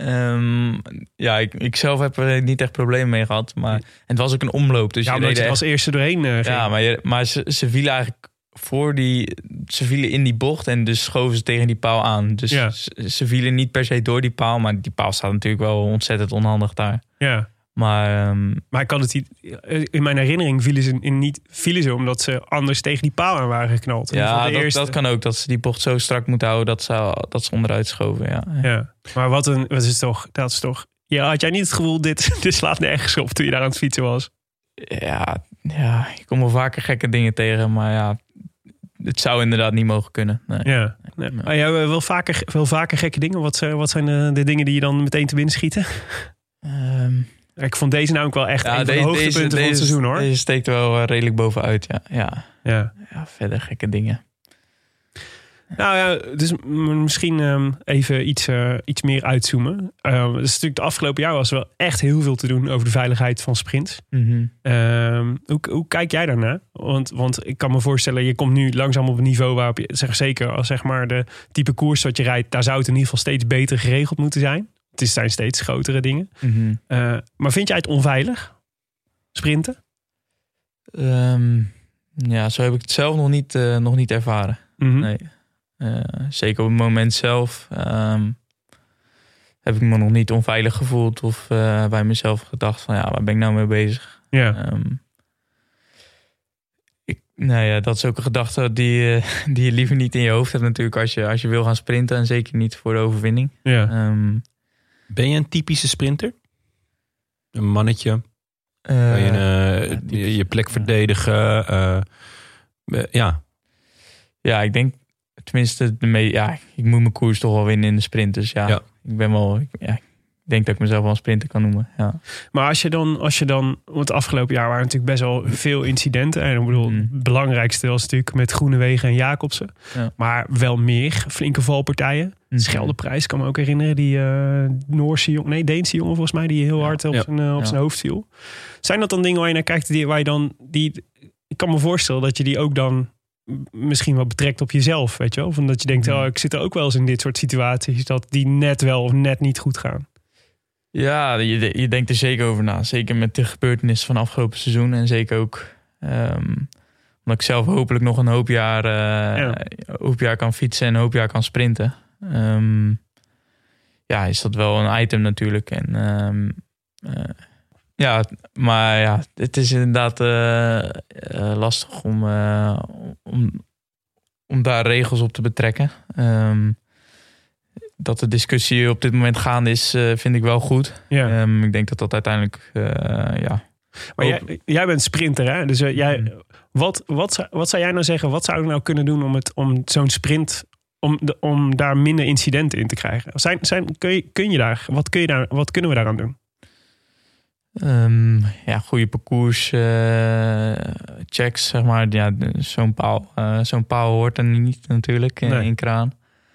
Ik zelf heb er niet echt problemen mee gehad. Maar het was ook een omloop. Dus Ja, omdat je als eerste doorheen ging. Ja, maar ze vielen eigenlijk ze vielen in die bocht en dus schoven ze tegen die paal aan. Dus Ja. ze vielen niet per se door die paal, maar die paal staat natuurlijk wel ontzettend onhandig daar. Ja. Maar ik kan het niet... In mijn herinnering vielen ze omdat ze anders tegen die paal aan waren geknald. ja, dat kan ook. Dat ze die bocht zo strak moeten houden dat ze onderuit schoven. Ja. Ja. Maar dat is toch... Ja, had jij niet het gevoel, dit slaat nergens op toen je daar aan het fietsen was? Ja, ik kom wel vaker gekke dingen tegen, maar ja, het zou inderdaad niet mogen kunnen. Nee. Ja. Nee. Maar jij wel vaker gekke dingen? Wat zijn de dingen die je dan meteen te binnen schieten? Ik vond deze namelijk wel echt een van de hoogtepunten van het seizoen, hoor. Deze steekt er wel redelijk bovenuit, ja. Ja. Ja, verder gekke dingen. Nou ja, dus misschien even iets meer uitzoomen. Dus natuurlijk de afgelopen jaar was er wel echt heel veel te doen over de veiligheid van sprints. Mm-hmm. Hoe kijk jij daarnaar? Want ik kan me voorstellen, je komt nu langzaam op een niveau waarop je, zeker als zeg maar de type koers wat je rijdt, daar zou het in ieder geval steeds beter geregeld moeten zijn. Het zijn steeds grotere dingen. Mm-hmm. Maar vind jij het onveilig? Sprinten? Ja, zo heb ik het zelf nog niet ervaren. Mm-hmm. Nee. Zeker op het moment zelf heb ik me nog niet onveilig gevoeld of bij mezelf gedacht van waar ben ik nou mee bezig? Ja. Dat is ook een gedachte die je liever niet in je hoofd hebt natuurlijk als je wil gaan sprinten en zeker niet voor de overwinning. Ja. Ben je een typische sprinter? Een mannetje? Kan je plek verdedigen? Ja, ik denk tenminste, ik moet mijn koers toch wel winnen in de sprint. Dus ik denk dat ik mezelf wel een sprinter kan noemen. Ja. Maar als je dan, want het afgelopen jaar waren natuurlijk best wel veel incidenten. En ik bedoel, het belangrijkste was natuurlijk met Groenewegen en Jacobsen. Ja. Maar wel meer flinke valpartijen. Scheldeprijs, kan me ook herinneren. Die Deense jongen volgens mij, die heel hard op zijn hoofd viel. Zijn dat dan dingen waar je naar kijkt, waar je dan ik kan me voorstellen dat je die ook dan misschien wel betrekt op jezelf, weet je wel? Of omdat je denkt, ik zit er ook wel eens in dit soort situaties dat die net wel of net niet goed gaan. Ja, je denkt er zeker over na. Zeker met de gebeurtenissen van afgelopen seizoen. En zeker ook omdat ik zelf hopelijk nog een hoop jaar kan fietsen en een hoop jaar kan sprinten. Is dat wel een item natuurlijk. En maar het is inderdaad lastig om daar regels op te betrekken. Dat de discussie op dit moment gaande is, vind ik wel goed. Ja. Ik denk dat uiteindelijk, Maar jij bent sprinter, hè? Dus wat zou jij nou zeggen? Wat zou je nou kunnen doen om zo'n sprint, om daar minder incidenten in te krijgen? Kun je daar? Wat kunnen we daaraan doen? Goede parcours checks, zeg maar. Ja, zo'n paal hoort er niet natuurlijk in Kraan.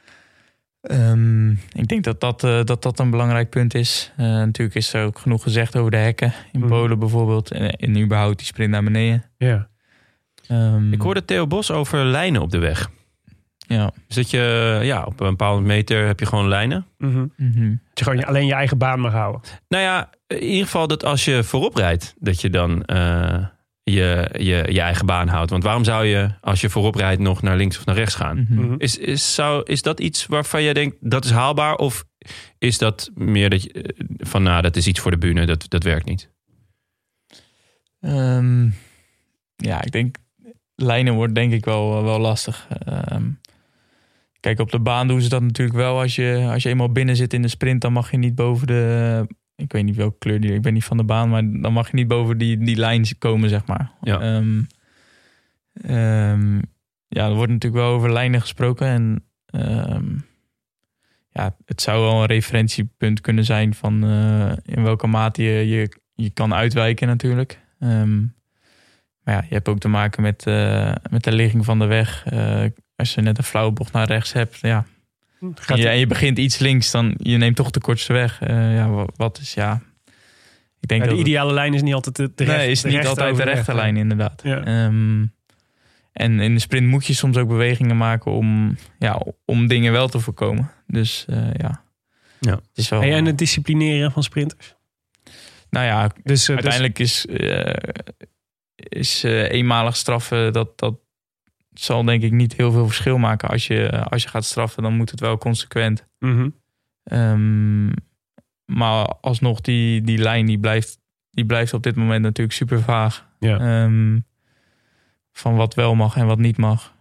Ik denk dat een belangrijk punt is. Natuurlijk is er ook genoeg gezegd over de hekken in Polen bijvoorbeeld. En überhaupt die sprint naar beneden. Ja. Ik hoorde Theo Bos over lijnen op de weg. Ja. Dus dat je op een paar meter heb je gewoon lijnen. Mm-hmm. Mm-hmm. Dat je gewoon alleen je eigen baan mag houden. Nou ja, in ieder geval dat als je voorop rijdt, dat je dan je eigen baan houdt. Want waarom zou je, als je voorop rijdt, nog naar links of naar rechts gaan? Mm-hmm. Is dat iets waarvan je denkt, dat is haalbaar? Of is dat meer dat je van dat is iets voor de bühne, dat werkt niet? Ik denk lijnen wordt denk ik wel lastig. Kijk, op de baan doen ze dat natuurlijk wel. Als je eenmaal binnen zit in de sprint, dan mag je niet boven de... Ik weet niet welke kleur ik ben niet van de baan, maar dan mag je niet boven die lijn komen, zeg maar. Ja. Er wordt natuurlijk wel over lijnen gesproken. En het zou wel een referentiepunt kunnen zijn van in welke mate je kan uitwijken natuurlijk. Maar je hebt ook te maken met de ligging van de weg. Als je net een flauwe bocht naar rechts hebt, en je begint iets links, dan je neemt toch de kortste weg. Wat is Ik denk de ideale lijn is niet altijd de rechte lijn, inderdaad. Ja. En in de sprint moet je soms ook bewegingen maken om dingen wel te voorkomen. Dus Het is wel, en het disciplineren van sprinters? Dus uiteindelijk is eenmalig straffen, dat zal denk ik niet heel veel verschil maken. Als je gaat straffen, dan moet het wel consequent. Mm-hmm. Maar alsnog, die lijn die blijft op dit moment natuurlijk super vaag. Ja. Van wat wel mag en wat niet mag.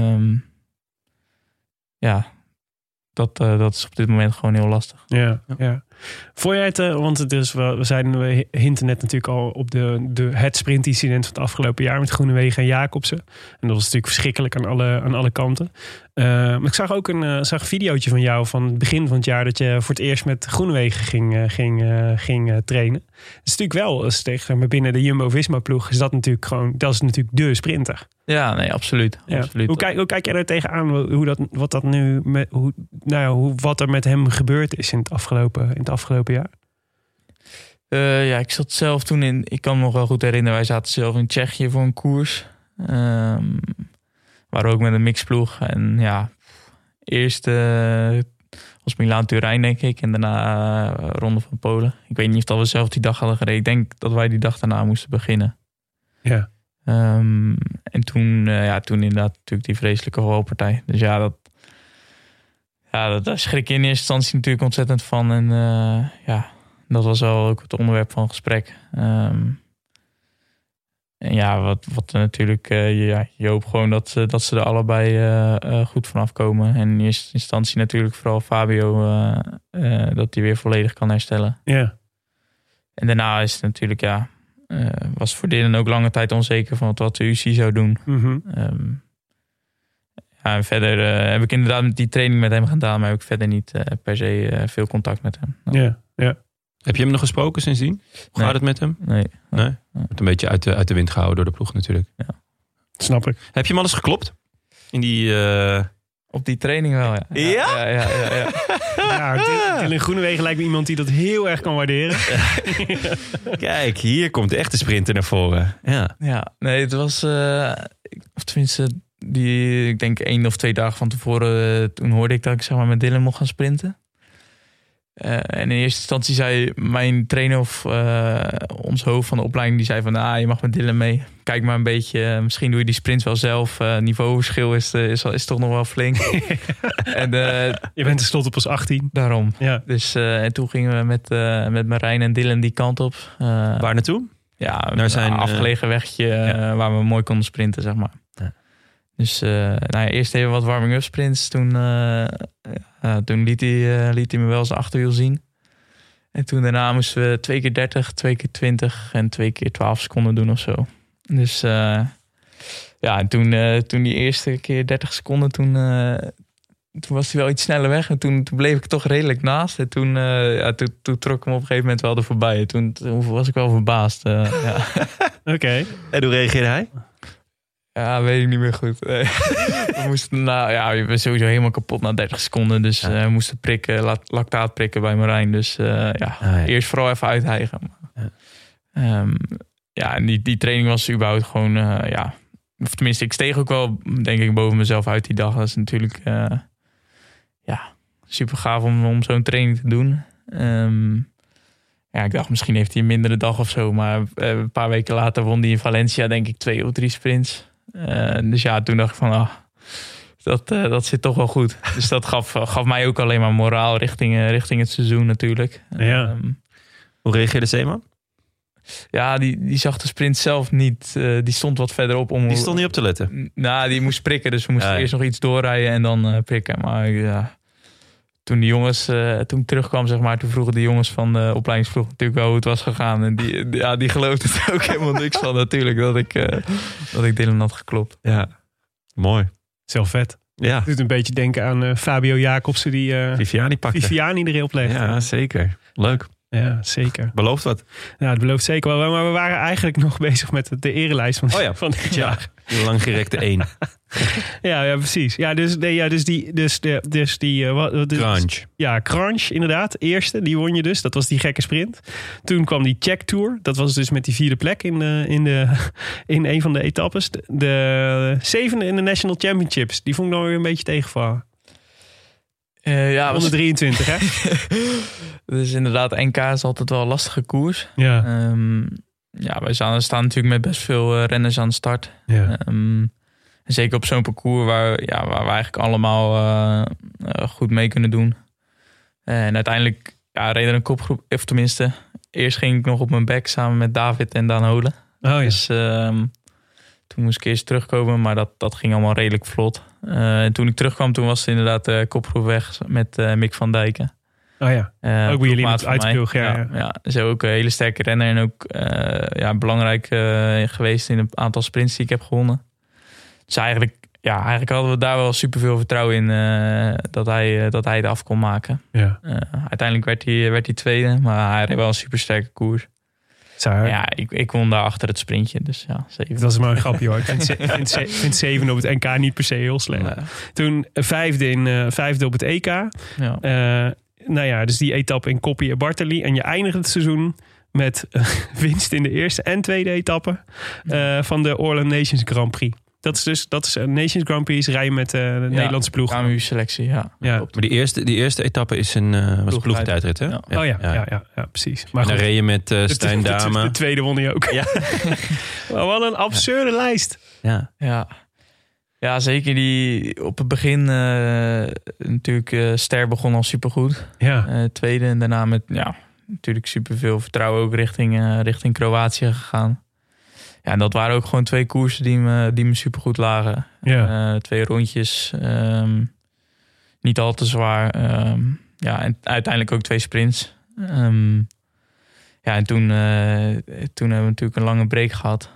Dat is op dit moment gewoon heel lastig. Ja. Vond jij het, want we hinten net natuurlijk al op het sprintincident van het afgelopen jaar met Groenewegen en Jacobsen. En dat was natuurlijk verschrikkelijk aan alle kanten. Maar ik zag ook een videootje van jou van het begin van het jaar dat je voor het eerst met Groenewegen ging trainen. Dat is natuurlijk wel, maar binnen de Jumbo-Visma-ploeg is dat natuurlijk de sprinter. Ja, nee, absoluut. Ja. Absoluut. Hoe kijk jij er tegenaan? Wat er met hem gebeurd is in het afgelopen jaar? Ik zat zelf toen ik kan me nog wel goed herinneren, wij zaten zelf in Tsjechië voor een koers. Waren ook met een mixploeg. En eerst was Milaan-Turijn denk ik. En daarna Ronde van Polen. Ik weet niet of we zelf die dag hadden gereden. Ik denk dat wij die dag daarna moesten beginnen. Ja. En toen inderdaad natuurlijk die vreselijke valpartij. Dus daar schrik je in eerste instantie natuurlijk ontzettend van. En dat was wel ook het onderwerp van gesprek. Wat natuurlijk, je hoopt gewoon dat ze er allebei goed vanaf komen. En in eerste instantie natuurlijk vooral Fabio, dat hij weer volledig kan herstellen. Ja. En daarna is het natuurlijk, was voor Dylan ook lange tijd onzeker van wat de UCI zou doen. Mm-hmm. En verder heb ik inderdaad die training met hem gedaan, maar heb ik verder niet per se veel contact met hem. Ja. Heb je hem nog gesproken sindsdien? Hoe gaat het met hem? Nee. Wordt een beetje uit de wind gehouden door de ploeg natuurlijk. Ja. Snap ik. Heb je hem al eens geklopt? In die... Op die training wel, ja. Ja, Dylan Groenewegen lijkt me iemand die dat heel erg kan waarderen. Kijk, hier komt de echte sprinter naar voren. Ja, nee, het was... of tenminste, ik denk 1 of 2 dagen van tevoren... toen hoorde ik dat ik met Dylan mocht gaan sprinten. En in eerste instantie zei mijn trainer of ons hoofd van de opleiding... die zei van, je mag met Dylan mee. Kijk maar een beetje, misschien doe je die sprints wel zelf. Niveauverschil is toch nog wel flink. En, je bent tenslotte pas 18. Daarom. Ja. Dus, en toen gingen we met Marijn en Dylan die kant op. Waar naartoe? Ja, naar zijn afgelegen wegje waar we mooi konden sprinten, zeg maar. Ja. Dus eerst even wat warming-up sprints. Toen liet hij me wel zijn achterwiel zien. En toen daarna moesten we 2 keer 30, 2 keer 20 en 2 keer 12 seconden doen of zo. Dus en toen die eerste keer 30 seconden, toen was hij wel iets sneller weg. En toen bleef ik toch redelijk naast. En toen trok ik hem op een gegeven moment wel er voorbij. Toen was ik wel verbaasd. Oké. En hoe reageerde hij? Ja, weet ik niet meer goed. We moesten je bent sowieso helemaal kapot na 30 seconden. Dus we moesten prikken, lactaat prikken bij Marijn. Dus eerst vooral even uithijgen. En die training was überhaupt gewoon... of tenminste, ik steeg ook wel, denk ik, boven mezelf uit die dag. Dat is natuurlijk super gaaf om zo'n training te doen. Ik dacht, misschien heeft hij een mindere dag of zo. Maar een paar weken later won hij in Valencia, denk ik, 2 of 3 sprints. Dus toen dacht ik van, dat zit toch wel goed. Dus dat gaf mij ook alleen maar moraal richting het seizoen natuurlijk. Ja. Hoe reageerde Zeeman? Ja, die zag de sprint zelf niet. Die stond wat verderop. Die stond niet op te letten? Nou, die moest prikken. Dus we moesten eerst nog iets doorrijden en dan prikken. Maar ja, toen ik terugkwam, zeg maar, toen vroegen de jongens van de opleidingsploeg natuurlijk wel hoe het was gegaan. En die geloofden er ook helemaal niks van natuurlijk dat ik Dylan had geklopt. Ja, mooi. Zelf vet. Ja. Het doet een beetje denken aan Fabio Jacobsen die Viviani pakte. Viviani erin oplegt. Ja, zeker. Leuk. Ja, zeker. Belooft wat. Ja, het belooft zeker wel. Maar we waren eigenlijk nog bezig met de erelijst van dit jaar. De langgerekte 1. Ja, precies. Ja, Crunch. Ja, Crunch inderdaad. Eerste, die won je dus. Dat was die gekke sprint. Toen kwam die Czech Tour. Dat was dus met die 4e plek in een van de etappes. De 7e in de National Championships. Die vond ik dan weer een beetje tegenvallen. Ja, 123, hè? Dus inderdaad, NK is altijd wel een lastige koers. Ja. Wij staan natuurlijk met best veel renners aan de start. Ja. En zeker op zo'n parcours waar we eigenlijk allemaal goed mee kunnen doen. En uiteindelijk reed er een kopgroep, of tenminste, eerst ging ik nog op mijn bek samen met David en Daan Holen. Oh ja. Dus toen moest ik eerst terugkomen, maar dat ging allemaal redelijk vlot. En toen ik terugkwam, toen was het inderdaad de kopgroep weg met Mick van Dijken. Oh ja, ook bij jullie met uitploeg. Ja, is ook een hele sterke renner en ook belangrijk geweest in een aantal sprints die ik heb gewonnen. Dus eigenlijk hadden we daar wel superveel vertrouwen in dat hij het af kon maken. Ja. Uiteindelijk werd hij tweede, maar hij reed wel een supersterke koers. Ja, ik won daar achter het sprintje. Dus ja, 7. Dat is maar een grapje hoor. Ik vind 7 op het NK niet per se heel slecht. Nee. Toen vijfde op het EK. Ja. Dus die etappe in Koppie en Bartali. En je eindigt het seizoen met winst in de eerste en tweede etappe van de Orland Nations Grand Prix. Dat is een Nations Grand Prix rijden met de Nederlandse ploeg. KMU-selectie, ja. Maar die eerste etappe is was een ploegtijdrit, hè? Ja. Ja, precies. Maar en dan reed je met Stijn Dame. De tweede won hij ook. Ja. Maar wat een absurde lijst. Ja, zeker die op het begin natuurlijk Ster begon al supergoed. Ja. Tweede en daarna met natuurlijk superveel vertrouwen ook richting Kroatië gegaan. Ja, en dat waren ook gewoon 2 koersen die me supergoed lagen. Ja. 2 rondjes. Niet al te zwaar. En uiteindelijk ook 2 sprints. En toen hebben we natuurlijk een lange break gehad.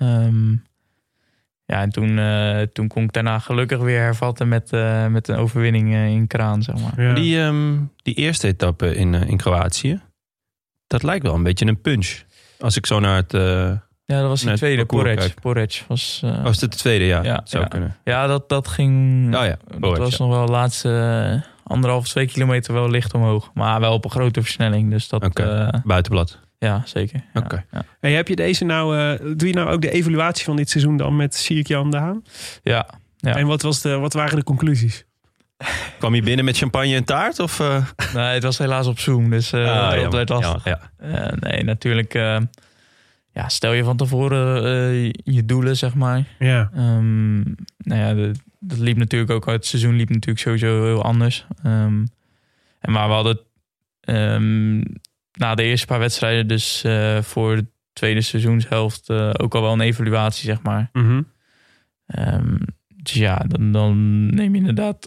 En toen kon ik daarna gelukkig weer hervatten met een overwinning in Kraan, zeg maar. Ja. Die eerste etappe in Kroatië, dat lijkt wel een beetje een punch. Als ik zo naar het... Ja, dat was die tweede. Porec was... was het de tweede? Ja, zou kunnen. Ja, dat ging... dat was nog wel de laatste 1,5-2 kilometer wel licht omhoog. Maar wel op een grote versnelling. Dus dat... Buitenblad. Ja, zeker. Oké. Ja. Hey, heb je deze doe je nou ook de evaluatie van dit seizoen dan met Sierk-Jan de Haan? Ja. En wat waren de conclusies? Kwam je binnen met champagne en taart? Of, Nee, het was helaas op Zoom. Dus dat werd lastig. Ja. Nee, natuurlijk... stel je van tevoren je doelen, zeg maar. Ja. Dat liep natuurlijk ook... Het seizoen liep natuurlijk sowieso heel anders. Maar we hadden... na de eerste paar wedstrijden, dus voor de tweede seizoenshelft ook al wel een evaluatie, zeg maar. Mm-hmm. Dus ja, dan neem je inderdaad...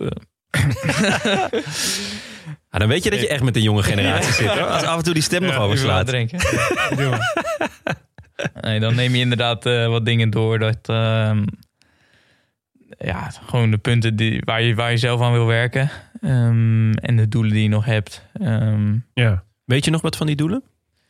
dan weet je dat je echt met de jonge generatie zit, hoor. Als af en toe die stem nog overslaat. Drinken. Nee, dan neem je inderdaad wat dingen door. Dat, gewoon de punten waar je zelf aan wil werken. En de doelen die je nog hebt. Weet je nog wat van die doelen?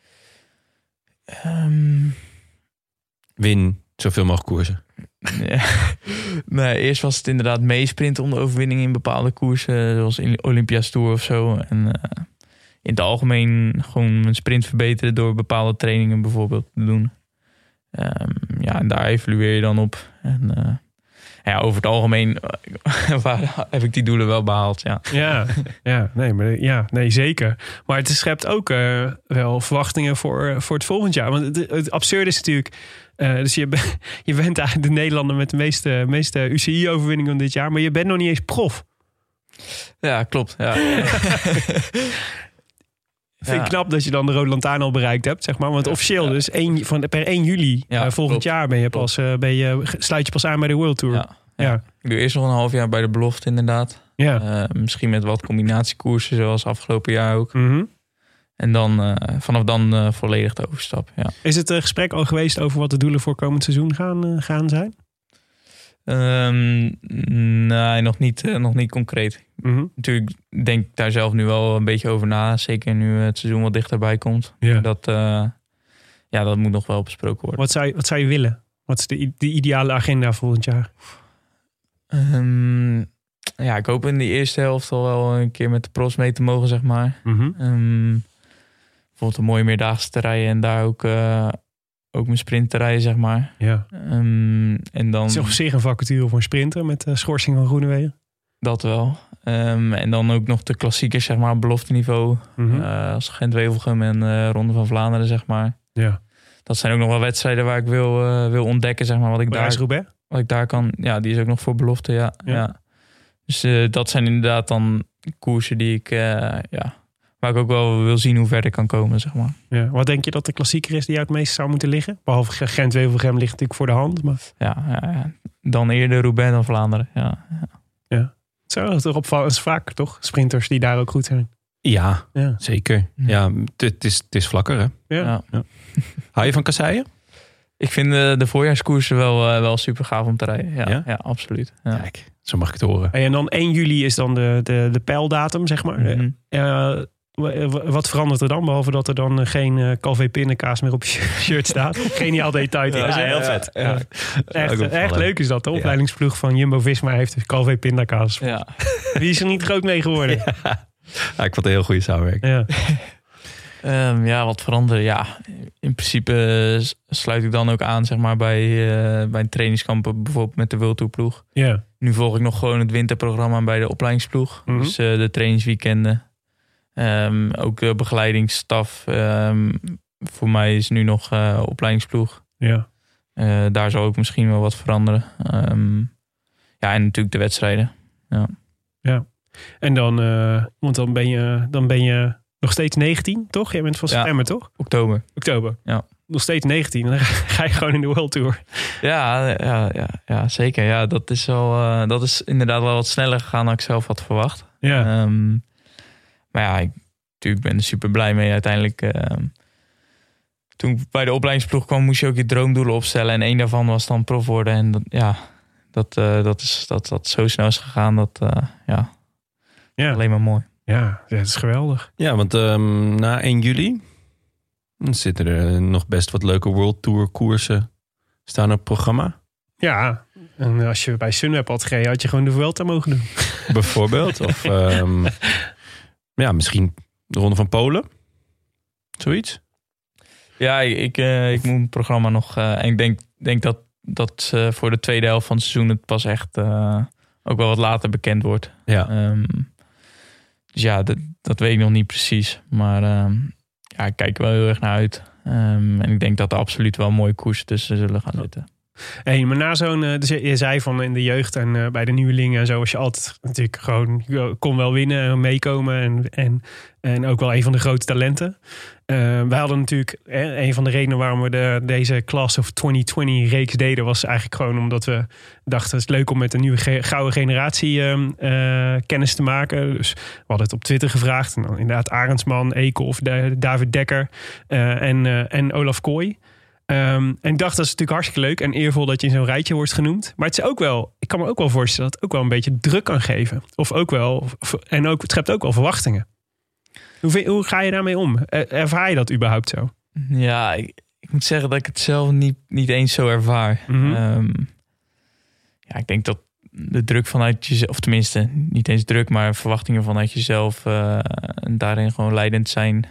Win zoveel mogelijk koersen. Nee, eerst was het inderdaad meesprinten om de overwinning in bepaalde koersen. Zoals in Olympia's Tour of zo. En in het algemeen gewoon een sprint verbeteren door bepaalde trainingen bijvoorbeeld te doen. En daar evalueer je dan op. Ja, over het algemeen heb ik die doelen wel behaald, ja. Nee, zeker. Maar het schept ook wel verwachtingen voor het volgend jaar. Want het absurde is natuurlijk... dus je bent eigenlijk de Nederlander met de meeste UCI-overwinningen van dit jaar. Maar je bent nog niet eens prof. Ja, klopt. Ja. Vind ik knap dat je dan de Rode Lantaarn al bereikt hebt, zeg maar. Want officieel dus per 1 juli volgend jaar sluit je pas aan bij de World Tour. Ja. Ik doe eerst nog een half jaar bij de belofte inderdaad. Ja. Misschien met wat combinatiekoersen zoals afgelopen jaar ook. Mm-hmm. En dan vanaf dan volledig de overstap. Ja. Is het gesprek al geweest over wat de doelen voor komend seizoen gaan zijn? Nee, nog niet concreet. Mm-hmm. Natuurlijk denk ik daar zelf nu wel een beetje over na. Zeker nu het seizoen wat dichterbij komt. Ja. Dat moet nog wel besproken worden. Wat zou je willen? Wat is de ideale agenda volgend jaar? Ik hoop in de eerste helft al wel een keer met de pros mee te mogen, zeg maar. Mm-hmm. Bijvoorbeeld een mooie meerdaagse te rijden en daar ook mijn sprint te rijden, zeg maar. Ja. En dan... Het is op zich een vacature voor een sprinter met schorsing van Groenewegen. Dat wel. En dan ook nog de klassiekers, zeg maar, belofte niveau. Mm-hmm. Als Gent-Wevelgem en Ronde van Vlaanderen, zeg maar. Ja. Dat zijn ook nog wel wedstrijden waar ik wil ontdekken, zeg maar, wat ik daar kan. Ja, die is ook nog voor belofte, ja. Dus dat zijn inderdaad dan koersen die ik, waar ik ook wel wil zien hoe ver ik kan komen, zeg maar. Ja. Wat denk je dat de klassieker is die jou het meest zou moeten liggen? Behalve Gent-Wevelgem ligt natuurlijk voor de hand. Maar... Ja. Dan eerder Roubaix dan Vlaanderen, ja. Zo, toch opvallend vaak, toch? Sprinters die daar ook goed zijn. Ja. Zeker. Ja, het is vlakker, hè? Ja. Hou je van kasseien? Ik vind de voorjaarskoersen wel super gaaf om te rijden. Ja, absoluut. Ja. Kijk, zo mag ik het horen. En dan 1 juli is dan de pijldatum, zeg maar. Mm-hmm. Wat verandert er dan? Behalve dat er dan geen Calvé pindakaas meer op je shirt staat. Geniaal detail. Ja, heel vet. Ja. Echt leuk is dat. De opleidingsploeg van Jumbo-Visma heeft de Calvé pindakaas. Ja. Wie is er niet groot mee geworden? Ja, ik vond het een heel goede samenwerking. Ja. Wat veranderen? Ja, in principe sluit ik dan ook aan, zeg maar, bij een trainingskamp, bijvoorbeeld met de World Tour ploeg. Ja. Nu volg ik nog gewoon het winterprogramma bij de opleidingsploeg. Mm-hmm. Dus de trainingsweekenden. Ook de begeleidingsstaf. Voor mij is nu nog opleidingsploeg. Ja. Daar zal ook misschien wel wat veranderen. En natuurlijk de wedstrijden. Ja. En dan, want dan ben je nog steeds 19, toch? Jij bent van september, toch? Oktober. Ja. Nog steeds 19. Dan ga je gewoon in de World Tour. Ja, zeker. Ja, dat is inderdaad wel wat sneller gegaan dan ik zelf had verwacht. Ja. Maar ja, ik ben er super blij mee uiteindelijk. Toen ik bij de opleidingsploeg kwam, moest je ook je droomdoelen opstellen. En één daarvan was dan prof worden. En dat zo snel is gegaan. Alleen maar mooi. Ja, dat is geweldig. Ja, want na 1 juli zitten er nog best wat leuke World Tour koersen staan op het programma. Ja, en als je bij Sunweb had gereden, had je gewoon de Vuelta mogen doen. Bijvoorbeeld. Of misschien de Ronde van Polen. Zoiets. Ja, ik moet het programma nog... en ik denk dat voor de tweede helft van het seizoen het pas echt ook wel wat later bekend wordt. Ja. Dus ja, dat weet ik nog niet precies. Maar ik kijk er wel heel erg naar uit. En ik denk dat er absoluut wel mooie koersen tussen zullen gaan zitten. Hey, maar na zo'n... Dus je zei van in de jeugd en bij de nieuwelingen en zo... was je altijd natuurlijk gewoon... Je kon wel winnen en meekomen. En ook wel een van de grote talenten. Wij hadden natuurlijk... een van de redenen waarom we deze Class of 2020-reeks deden... was eigenlijk gewoon omdat we dachten... het is leuk om met een nieuwe gouden generatie kennis te maken. Dus we hadden het op Twitter gevraagd. En dan inderdaad Arendsman, Eekhoff, David Dekker en Olaf Kooi. En ik dacht, dat is natuurlijk hartstikke leuk en eervol dat je in zo'n rijtje wordt genoemd. Maar het is ook wel, ik kan me ook wel voorstellen dat het ook wel een beetje druk kan geven. Of ook wel, en ook, het schept ook wel verwachtingen. Hoe ga je daarmee om? Ervaar je dat überhaupt zo? Ja, ik moet zeggen dat ik het zelf niet eens zo ervaar. Mm-hmm. Ik denk dat de druk vanuit jezelf, of tenminste niet eens druk, maar verwachtingen vanuit jezelf daarin gewoon leidend zijn.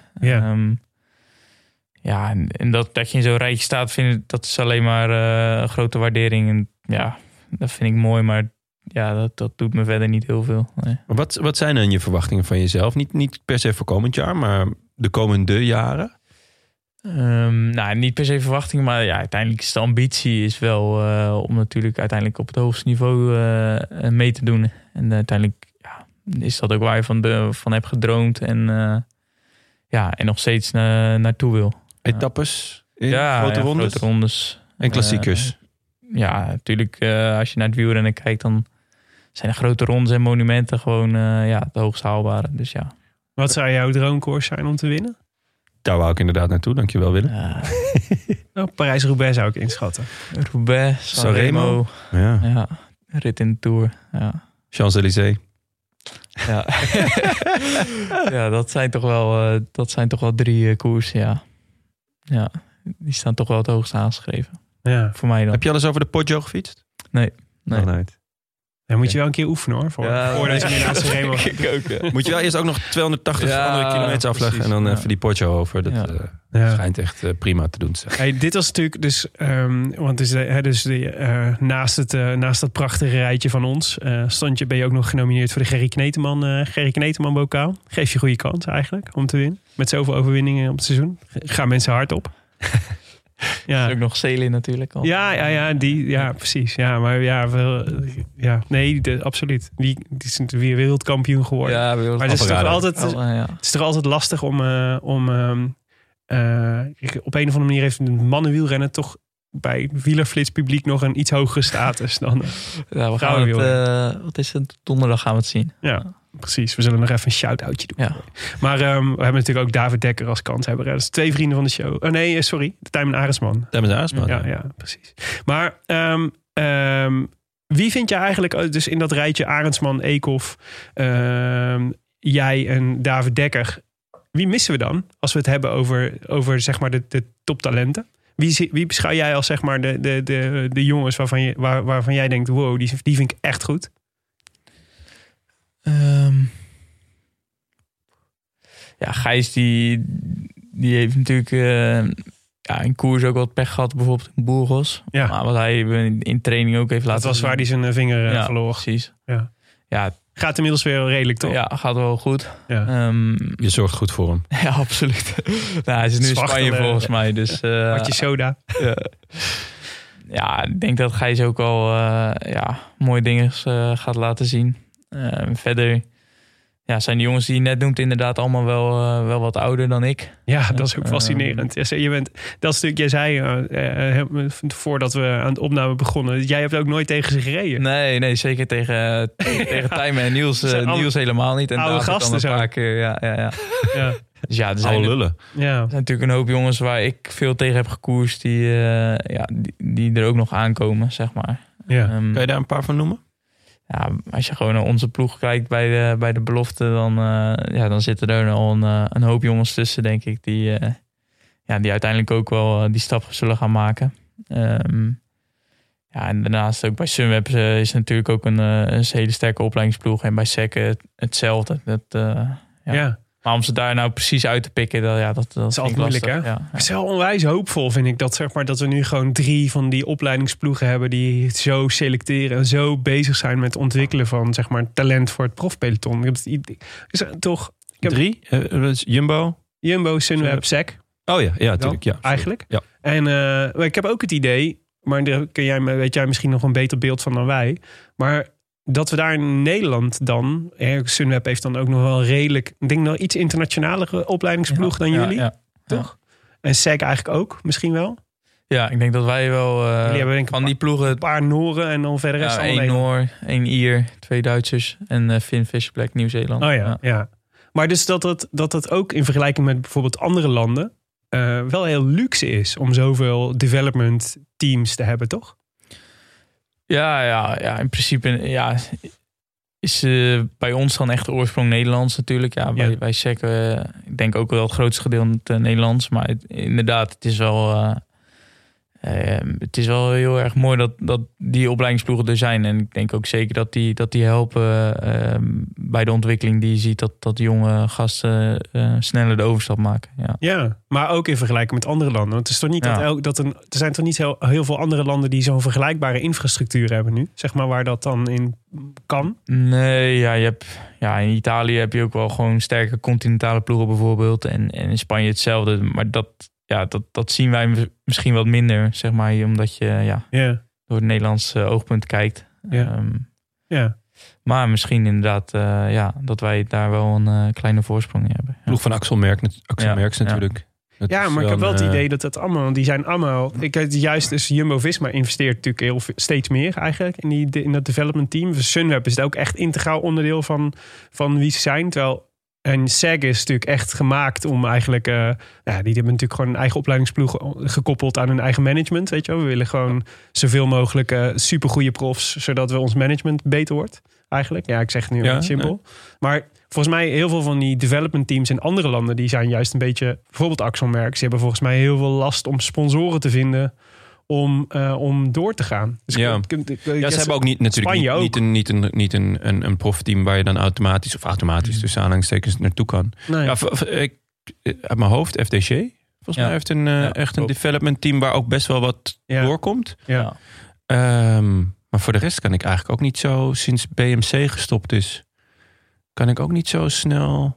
Ja. En dat je in zo'n rijtje staat, vind ik dat is alleen maar een grote waardering. En ja, dat vind ik mooi, maar ja, dat doet me verder niet heel veel. Nee. Maar wat zijn dan je verwachtingen van jezelf? Niet per se voor komend jaar, maar de komende jaren? Niet per se verwachtingen, maar ja, uiteindelijk is de ambitie is wel om natuurlijk uiteindelijk op het hoogste niveau mee te doen. En uiteindelijk is dat ook waar je van hebt gedroomd en nog steeds naartoe wil. Etappes in grote rondes? Grote rondes. En klassiekers? Ja, natuurlijk als je naar het wielrennen kijkt, dan zijn de grote rondes en monumenten gewoon het hoogst haalbare. Dus ja. Wat zou jouw droomkoers zijn om te winnen? Daar wou ik inderdaad naartoe, dankjewel Willem. Parijs-Roubaix zou ik inschatten. Roubaix, Sanremo. Ja, rit in de Tour. Ja. Champs-Élysées. Ja. Ja, dat zijn toch wel 3 koersen, ja. Ja, die staan toch wel het hoogst aangeschreven. Ja. Voor mij dan. Heb je al eens over de Poggio gefietst? Nee. Nog nooit. Dan moet je wel een keer oefenen hoor. Voordat je meer naar Sanremo gaat. Moet je wel eerst ook nog 280 andere kilometers afleggen. Precies, en dan even die Poggio over. Dat schijnt echt prima te doen te zijn. Hey, dit was natuurlijk dus... naast dat prachtige rijtje van ons... ben je ook nog genomineerd voor de Gerry Kneteman bokaal. Geef je goede kans eigenlijk om te winnen. Met zoveel overwinningen op het seizoen. Gaan mensen hard op. Ja. Is ook nog Selin natuurlijk al. Ja, precies. Ja, maar absoluut. Die is weer wereldkampioen geworden. Ja, maar het is toch altijd lastig om op een of andere manier heeft een mannenwielrennen toch bij wielerflits publiek nog een iets hogere status dan wat is het? Donderdag gaan we het zien. Ja. Precies, we zullen nog even een shout-outje doen. Ja. Maar we hebben natuurlijk ook David Dekker als kanshebber. Dat is 2 vrienden van de show. Tijmen Arendsman. Ja, precies. Maar wie vind je eigenlijk dus in dat rijtje Arendsman, Eekhoff, jij en David Dekker? Wie missen we dan als we het hebben over zeg maar de toptalenten? Wie beschouw jij als zeg maar de jongens waarvan jij denkt, wow, die vind ik echt goed? Gijs die heeft natuurlijk in koers ook wat pech gehad, bijvoorbeeld in Burgos. Ja. Maar wat hij in training ook heeft laten zien. Dat was waar hij zijn vinger verloor. Precies. Ja. Gaat inmiddels weer redelijk, toch? Ja, gaat wel goed. Ja. Je zorgt goed voor hem. Ja, absoluut. Hij is nu in Spanje volgens mij. Dus, Hartje soda. Ik denk dat Gijs ook al mooie dingen gaat laten zien. Verder zijn de jongens die je net noemt inderdaad allemaal wel wat ouder dan ik. Ja, dat is ook fascinerend. Jij zei voordat we aan het opname begonnen, jij hebt ook nooit tegen ze gereden. Nee, zeker tegen Tijmen en Niels. Niels helemaal niet. En oude gasten een paar keer. Ja. Dus er zijn lullen. Er zijn natuurlijk een hoop jongens waar ik veel tegen heb gekoerst die er ook nog aankomen, zeg maar. Ja. Kan je daar een paar van noemen? Ja, als je gewoon naar onze ploeg kijkt bij de belofte, dan zitten er al een hoop jongens tussen, denk ik, die uiteindelijk ook wel die stap zullen gaan maken. En daarnaast ook bij Sunweb is natuurlijk ook een hele sterke opleidingsploeg. En bij SEC hetzelfde. Maar om ze daar nou precies uit te pikken, dat is altijd moeilijk, hè? Ja. Het is wel onwijs hoopvol, vind ik, dat we nu gewoon 3 van die opleidingsploegen hebben die zo selecteren en zo bezig zijn met het ontwikkelen van, zeg maar, talent voor het profpeloton. Ik heb het idee, is er toch 3? Jumbo, Sunweb, SEC. Oh ja, natuurlijk. Ja, eigenlijk. Ja. En ik heb ook het idee, maar daar weet jij misschien nog een beter beeld van dan wij, maar dat we daar in Nederland dan... Sunweb heeft dan ook nog wel redelijk... Ik denk nog iets internationalere opleidingsploeg dan jullie. Ja. Toch? Ja. En SEC eigenlijk ook, misschien wel. Ja, ik denk dat wij wel van die ploegen... Een paar Nooren en dan verder rest allemaal. 1 Noor, 1 Ier, 2 Duitsers en Finn Fischerbeck, Nieuw-Zeeland. Oh ja. Maar dus dat het ook in vergelijking met bijvoorbeeld andere landen... wel heel luxe is om zoveel development teams te hebben, toch? Ja, in principe is bij ons dan echt de oorsprong Nederlands natuurlijk. Ja, bij SEC, ik denk ook wel het grootste gedeelte Nederlands. Maar inderdaad, het is wel Het is wel heel erg mooi dat die opleidingsploegen er zijn. En ik denk ook zeker dat die helpen bij de ontwikkeling die je ziet. Dat jonge gasten sneller de overstap maken. Ja, maar ook in vergelijking met andere landen. Want het is toch niet er zijn toch niet heel veel andere landen die zo'n vergelijkbare infrastructuur hebben nu? Zeg maar waar dat dan in kan? Nee, je hebt, in Italië heb je ook wel gewoon sterke continentale ploegen bijvoorbeeld. En in Spanje hetzelfde. Maar dat zien wij misschien wat minder, zeg maar. Omdat je door het Nederlandse oogpunt kijkt. Maar misschien inderdaad dat wij daar wel een kleine voorsprong in hebben. Ploeg van Axel Merckx natuurlijk. Maar ik heb wel het idee dat het allemaal... Die zijn allemaal... Juist dus Jumbo-Visma investeert natuurlijk steeds meer eigenlijk in dat development team. Sunweb is het ook echt integraal onderdeel van wie ze zijn. Terwijl... En SEG is natuurlijk echt gemaakt om eigenlijk... die hebben natuurlijk gewoon een eigen opleidingsploeg gekoppeld aan hun eigen management. Weet je wel? We willen gewoon zoveel mogelijk supergoeie profs, zodat we ons management beter wordt. Eigenlijk. Ja, ik zeg het nu heel simpel. Maar volgens mij heel veel van die development teams in andere landen... die zijn juist een beetje... Bijvoorbeeld Axel Merckx. Die hebben volgens mij heel veel last om sponsoren te vinden... Om door te gaan. Dus ze hebben ook niet een profteam waar je dan automatisch tussen aanhalingstekens naartoe kan. Nee. Uit mijn hoofd, FDG. Volgens mij heeft een development team waar ook best wel wat doorkomt. Ja. Maar voor de rest kan ik eigenlijk ook niet zo, sinds BMC gestopt is, kan ik ook niet zo snel...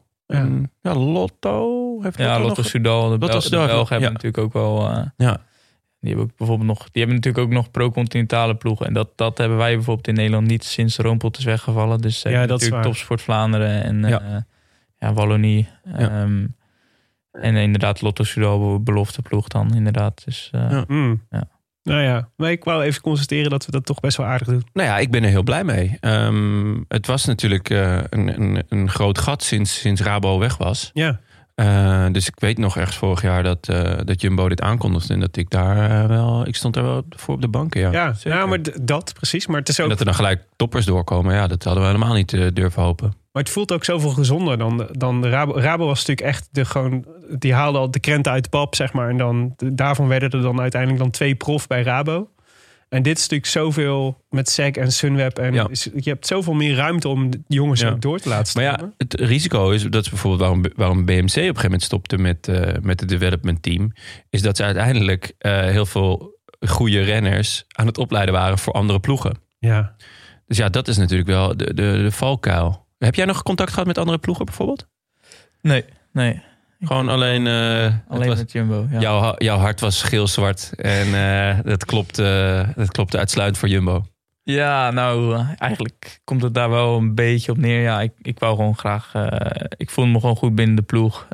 Lotto. Lotto Soudal. De Belgen hebben natuurlijk ook wel... Die hebben ook bijvoorbeeld die hebben natuurlijk ook nog pro-continentale ploegen. En dat hebben wij bijvoorbeeld in Nederland niet sinds Roompot is weggevallen. Dus dat natuurlijk Topsport Vlaanderen en Wallonie. Ja. En inderdaad Lotto Soudal, belofte ploeg dan inderdaad. Dus, Nou ja, maar ik wou even constateren dat we dat toch best wel aardig doen. Nou ja, ik ben er heel blij mee. Het was natuurlijk een groot gat sinds Rabo weg was. Ja. Dus ik weet nog ergens vorig jaar dat Jumbo dit aankondigde. En dat ik daar ik stond daar wel voor op de banken. Ja, maar dat precies. Maar het is ook... En dat er dan gelijk toppers doorkomen. Dat hadden we helemaal niet durven hopen. Maar het voelt ook zoveel gezonder dan de Rabo. Rabo was natuurlijk echt die haalde al de krenten uit de pap, zeg maar. En dan daarvan werden er dan uiteindelijk dan 2 prof bij Rabo. En dit is natuurlijk zoveel met SEG en Sunweb. En je hebt zoveel meer ruimte om de jongens ook door te laten staan. Maar het risico is, dat is bijvoorbeeld waarom BMC op een gegeven moment stopte met het development team, is dat ze uiteindelijk heel veel goede renners aan het opleiden waren voor andere ploegen. Ja. Dus dat is natuurlijk wel de valkuil. Heb jij nog contact gehad met andere ploegen bijvoorbeeld? Nee. Gewoon alleen met Jumbo. Ja. Jouw hart was geel-zwart en dat klopte uitsluitend voor Jumbo. Ja, nou eigenlijk komt het daar wel een beetje op neer. Ja, ik wou gewoon graag... ik voelde me gewoon goed binnen de ploeg.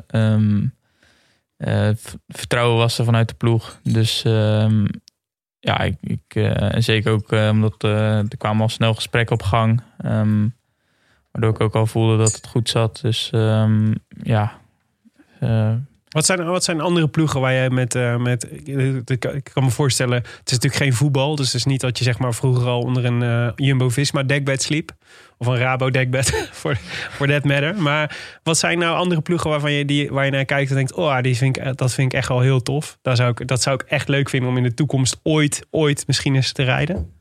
Vertrouwen was er vanuit de ploeg. Dus en zeker ook omdat er kwamen al snel gesprekken op gang. Waardoor ik ook al voelde dat het goed zat. Dus Wat zijn andere ploegen waar jij ik kan me voorstellen, het is natuurlijk geen voetbal, dus het is niet dat je zeg maar vroeger al onder een Jumbo-Visma dekbed sliep of een Rabo dekbed for that matter. Maar wat zijn nou andere ploegen waar je naar kijkt en denkt, dat vind ik echt wel heel tof. Dat zou ik echt leuk vinden om in de toekomst ooit misschien eens te rijden.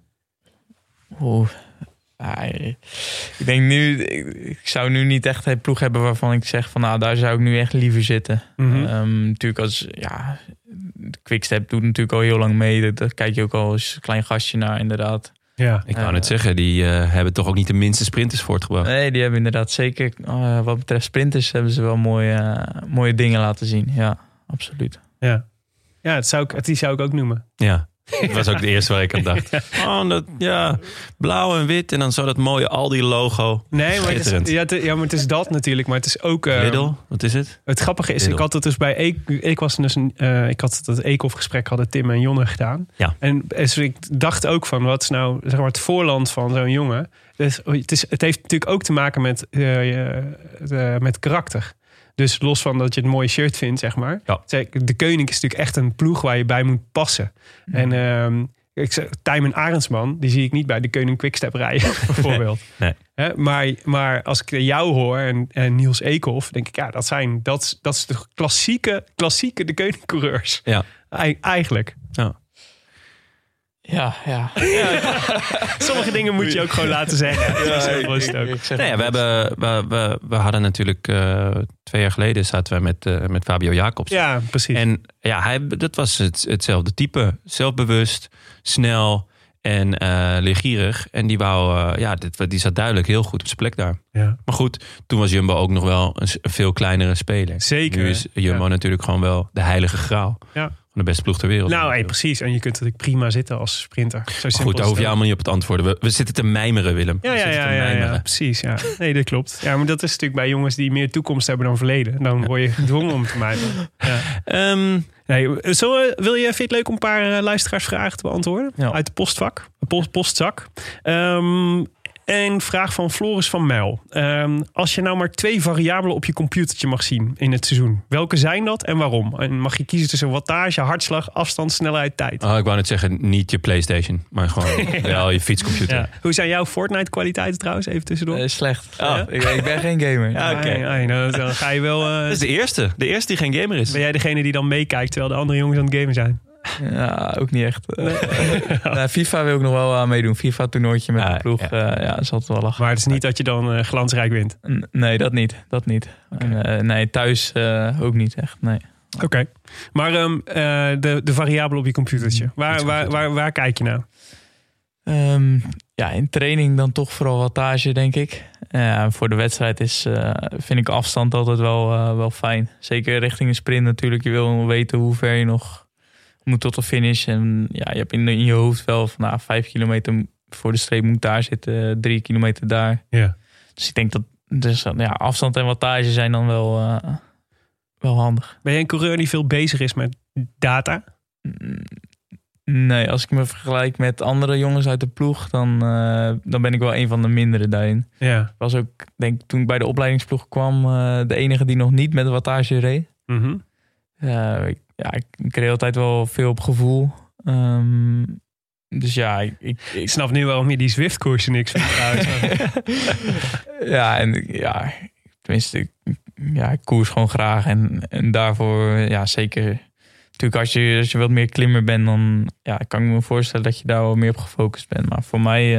Ik denk nu, ik zou nu niet echt een ploeg hebben waarvan ik zeg van daar zou ik nu echt liever zitten. Mm-hmm. Natuurlijk Quickstep doet natuurlijk al heel lang mee. Daar kijk je ook al als klein gastje naar inderdaad. Ja. Ik wou net zeggen, die hebben toch ook niet de minste sprinters voortgebracht. Nee, die hebben inderdaad zeker, wat betreft sprinters hebben ze wel mooie dingen laten zien. Ja, absoluut. Ja, die zou ik ook noemen. Ja. Dat was ook de eerste waar ik aan dacht. Blauw en wit en dan zo dat mooie Aldi-logo. Nee, maar het is dat natuurlijk. Maar het is ook... Lidl, wat is het? Het grappige is, Lidl. ik had het dus bij... Ik had dat Eekhoff-gesprek hadden Tim en Jonne gedaan. Ja. En dus ik dacht ook van, wat is nou zeg maar het voorland van zo'n jongen? Dus het heeft natuurlijk ook te maken met karakter. Dus los van dat je het mooie shirt vindt, zeg maar. Ja. De Koning is natuurlijk echt een ploeg waar je bij moet passen. Mm. En Tijmen Arendsman, die zie ik niet bij de Koning Quickstep rijden, bijvoorbeeld. Nee. Maar als ik jou hoor en Niels Eekhoff, denk ik, dat is de klassieke de Koning coureurs. Ja. Eigenlijk. Ja. Ja. Sommige dingen moet je ook gewoon laten zeggen. We hadden natuurlijk 2 jaar geleden zaten wij met Fabio Jacobs. Ja, precies. En dat was hetzelfde type. Zelfbewust, snel en leergierig. En die zat duidelijk heel goed op zijn plek daar. Ja. Maar goed, toen was Jumbo ook nog wel een veel kleinere speler. Zeker. Nu is Jumbo natuurlijk gewoon wel de heilige graal. Ja. Van de beste ploeg ter wereld. Nou, precies. En je kunt natuurlijk prima zitten als sprinter. Goed, daar hoef je allemaal niet op te antwoorden. We zitten te mijmeren, Willem. Ja, precies. Ja. Nee, dat klopt. Ja, maar dat is natuurlijk bij jongens die meer toekomst hebben dan verleden. Dan word je gedwongen om te mijmeren. Ja. Vind je het leuk om een paar luisteraarsvragen te beantwoorden? Ja. Uit de postzak. Een vraag van Floris van Mijl. Als je nou maar 2 variabelen op je computertje mag zien in het seizoen. Welke zijn dat en waarom? En mag je kiezen tussen wattage, hartslag, afstand, snelheid, tijd? Ik wou net zeggen, niet je PlayStation. Maar gewoon wel je fietscomputer. Ja. Hoe zijn jouw Fortnite kwaliteiten trouwens? Even tussendoor. Slecht. Ja? Ik ben geen gamer. Dan ga je wel... Dat is de eerste die geen gamer is. Ben jij degene die dan meekijkt terwijl de andere jongens aan het gamen zijn? Ja, ook niet echt. FIFA wil ik nog wel meedoen. FIFA-toernooitje met de ploeg. Dat is altijd wel lachen. Maar het is niet dat je dan glansrijk wint? Nee, dat niet. Okay. Nee, thuis ook niet echt. Nee. Oké. Maar de variabelen op je computertje. Waar kijk je naar? In training dan toch vooral wattage, denk ik. Voor de wedstrijd vind ik afstand altijd wel fijn. Zeker richting een sprint natuurlijk. Je wil weten hoe ver je nog moet tot de finish. En je hebt in je hoofd wel van 5 kilometer voor de streep moet daar zitten, 3 kilometer daar. Ja. Dus ik denk dat afstand en wattage zijn dan wel handig. Ben jij een coureur die veel bezig is met data? Nee, als ik me vergelijk met andere jongens uit de ploeg, dan ben ik wel een van de mindere daarin. Ja. Ik was ook, denk toen ik bij de opleidingsploeg kwam, de enige die nog niet met de wattage reed. Mm-hmm. Ik reed altijd wel veel op gevoel. Dus ik snap nu waarom je die Zwift-koersen niks vindt trouwens. Tenminste, ik koers gewoon graag. En daarvoor, zeker. Natuurlijk, als je wat meer klimmer bent, dan kan ik me voorstellen dat je daar wel meer op gefocust bent. Maar voor mij,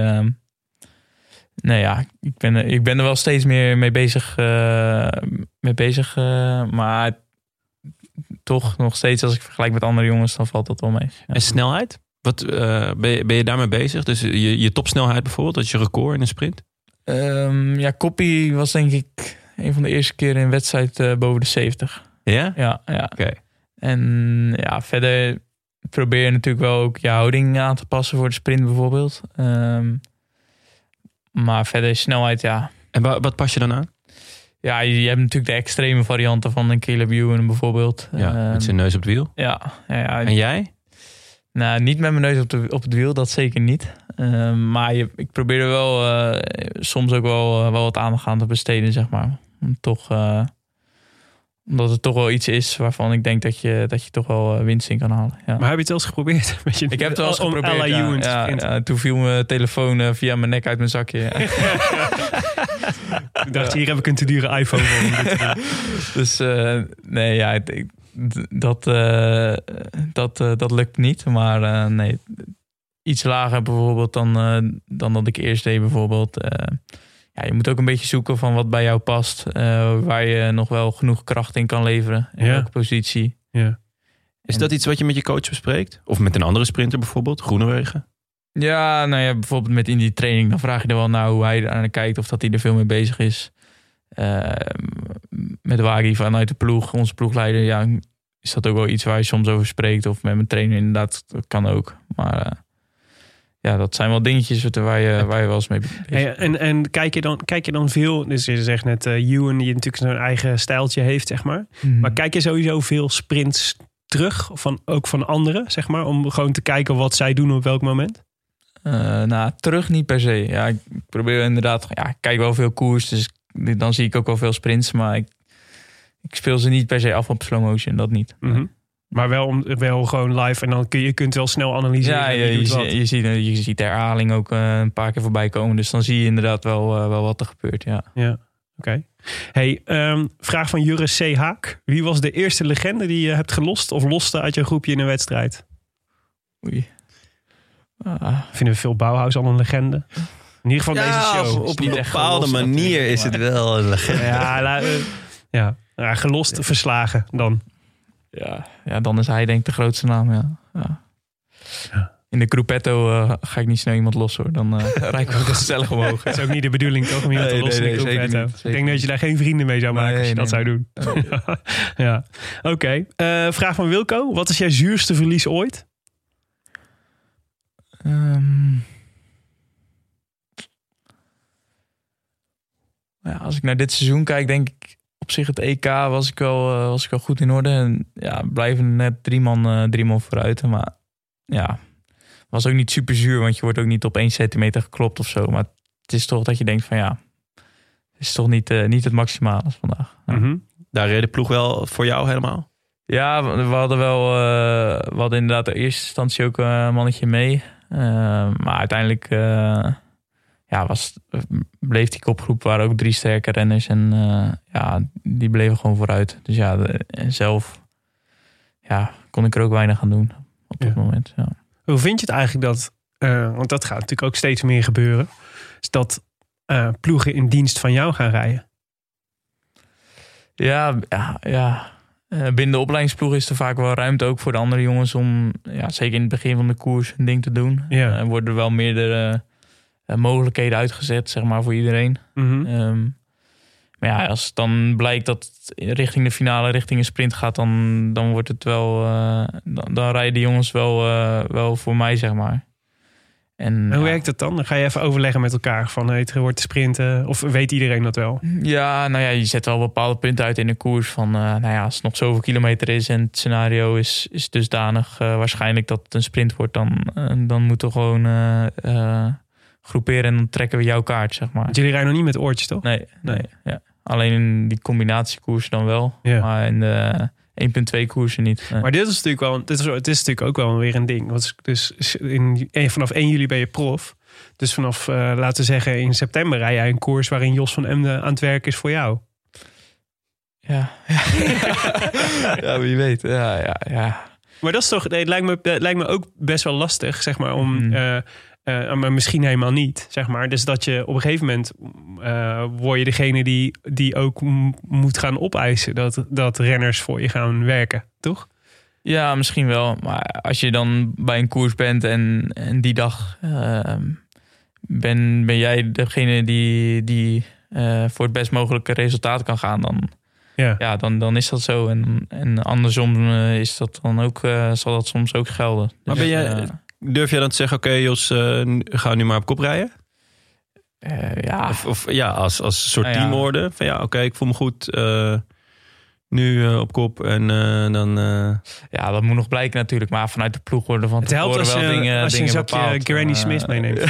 ik ben er wel steeds meer mee bezig. Maar toch nog steeds, als ik vergelijk met andere jongens, dan valt dat wel mee. Ja. En snelheid? Ben je daarmee bezig? Dus je topsnelheid bijvoorbeeld, dat is je record in een sprint? Koppie was denk ik een van de eerste keren in wedstrijd boven de 70. Ja? Ja. Oké. En verder probeer je natuurlijk wel ook je houding aan te passen voor de sprint bijvoorbeeld. Maar verder snelheid, En wat pas je dan aan? Ja, je hebt natuurlijk de extreme varianten van een Caleb Ewan bijvoorbeeld. Ja, met zijn neus op het wiel. Ja. En jij? Nou, niet met mijn neus op het wiel, dat zeker niet. Maar ik probeer er wel soms ook wel wat aandacht aan te besteden, zeg maar. Omdat het toch wel iets is waarvan ik denk dat je toch wel winst in kan halen. Ja. Maar heb je het wel eens geprobeerd? Ik heb het wel eens geprobeerd, toen viel mijn telefoon via mijn nek uit mijn zakje. Ja. Ik dacht, hier heb ik een te dure iPhone voor. Dus dat lukt niet. Maar nee, iets lager bijvoorbeeld dan dat ik eerst deed bijvoorbeeld. Je moet ook een beetje zoeken van wat bij jou past. Waar je nog wel genoeg kracht in kan leveren. In welke positie. Ja. Is dat iets wat je met je coach bespreekt? Of met een andere sprinter bijvoorbeeld? Groenewegen? Ja, bijvoorbeeld met in die training. Dan vraag je er wel naar hoe hij er aan kijkt. Of dat hij er veel mee bezig is. Met Wagi vanuit de ploeg. Onze ploegleider. Is dat ook wel iets waar je soms over spreekt. Of met mijn trainer inderdaad. Dat kan ook. Maar dat zijn wel dingetjes waar je wel eens mee bezig bent. En kijk je dan veel... Dus je zegt net Ewan die natuurlijk zijn eigen stijltje heeft, zeg maar. Mm-hmm. Maar kijk je sowieso veel sprints terug? Ook van anderen, zeg maar? Om gewoon te kijken wat zij doen op welk moment? Terug niet per se. Ja, ik probeer inderdaad... ik kijk wel veel koers, dus dan zie ik ook wel veel sprints. Maar ik speel ze niet per se af op slow motion, dat niet. Mm-hmm. Maar wel gewoon live en dan je kunt wel snel analyseren. Ja, je ziet de herhaling ook een paar keer voorbij komen. Dus dan zie je inderdaad wel wat er gebeurt. Ja. Oké. Hey, vraag van Jurre C. Haak. Wie was de eerste legende die je hebt gelost of loste uit je groepje in een wedstrijd? Oei. Vinden we Phil Bauhaus al een legende? In ieder geval deze show. Op een bepaalde manier is het wel een legende. Ja, gelost, verslagen dan. Ja, dan is hij denk ik de grootste naam. Ja. In de gruppetto ga ik niet snel iemand los hoor. Dan rijk ik ook gezellig omhoog. Dat is ook niet de bedoeling toch? Om iemand te lossen in de gruppetto. Ik denk dat je daar geen vrienden mee zou maken als je dat zou doen. Ja. Oké. Vraag van Wilco. Wat is jouw zuurste verlies ooit? Als ik naar dit seizoen kijk, denk ik op zich het EK was ik wel goed in orde. En blijven net 3 man vooruit. Maar was ook niet super zuur, want je wordt ook niet op 1 centimeter geklopt of zo. Maar het is toch dat je denkt van het is toch niet het maximale als vandaag. Ja. Mm-hmm. Daar reed de ploeg wel voor jou helemaal? Ja, we hadden inderdaad in eerste instantie ook een mannetje mee. Maar uiteindelijk bleef die kopgroep, waren ook 3 sterke renners. En die bleven gewoon vooruit. Dus zelf kon ik er ook weinig aan doen op dat moment. Ja. Hoe vind je het eigenlijk dat, want dat gaat natuurlijk ook steeds meer gebeuren, is dat ploegen in dienst van jou gaan rijden? Ja. Binnen de opleidingsploeg is er vaak wel ruimte ook voor de andere jongens om, zeker in het begin van de koers, een ding te doen. Ja. Er worden wel meerdere mogelijkheden uitgezet, zeg maar, voor iedereen. Mm-hmm. Maar als het dan blijkt dat het richting de finale, richting een sprint gaat, dan wordt het wel, dan rijden de jongens wel voor mij, zeg maar. En hoe werkt het dan? Dan ga je even overleggen met elkaar van het wordt te sprinten. Of weet iedereen dat wel? Ja, je zet wel bepaalde punten uit in de koers. Van als het nog zoveel kilometer is en het scenario is dusdanig waarschijnlijk dat het een sprint wordt, dan moeten we gewoon groeperen en dan trekken we jouw kaart, zeg maar. Want jullie rijden nog niet met oortjes, toch? Nee. Ja. Alleen in die combinatiekoers dan wel. Ja. Maar in de 1.2 koersen niet. Nee. Maar dit is natuurlijk wel, het is natuurlijk ook wel weer een ding. Dus vanaf 1 juli ben je prof. Dus vanaf, laten we zeggen, in september rij jij een koers waarin Jos van Emden aan het werk is voor jou. Ja. Ja, wie weet. Ja. Maar dat is toch, het lijkt me ook best wel lastig, zeg maar, om... maar misschien helemaal niet, zeg maar. Dus dat je op een gegeven moment word je degene die ook moet gaan opeisen dat renners voor je gaan werken, toch? Ja, misschien wel. Maar als je dan bij een koers bent en die dag ben jij degene die voor het best mogelijke resultaat kan gaan, dan is dat zo. En andersom is dat dan ook, zal dat soms ook gelden. Maar Dus, durf jij dan te zeggen, oké, Jos, ga nu maar op kop rijden? Of als een soort teamorde. Van oké, ik voel me goed. Nu op kop en dan... Ja, dat moet nog blijken natuurlijk. Maar vanuit de ploeg worden van tevoren wel dingen bepaald. Als je een zakje Granny Smith meeneemt.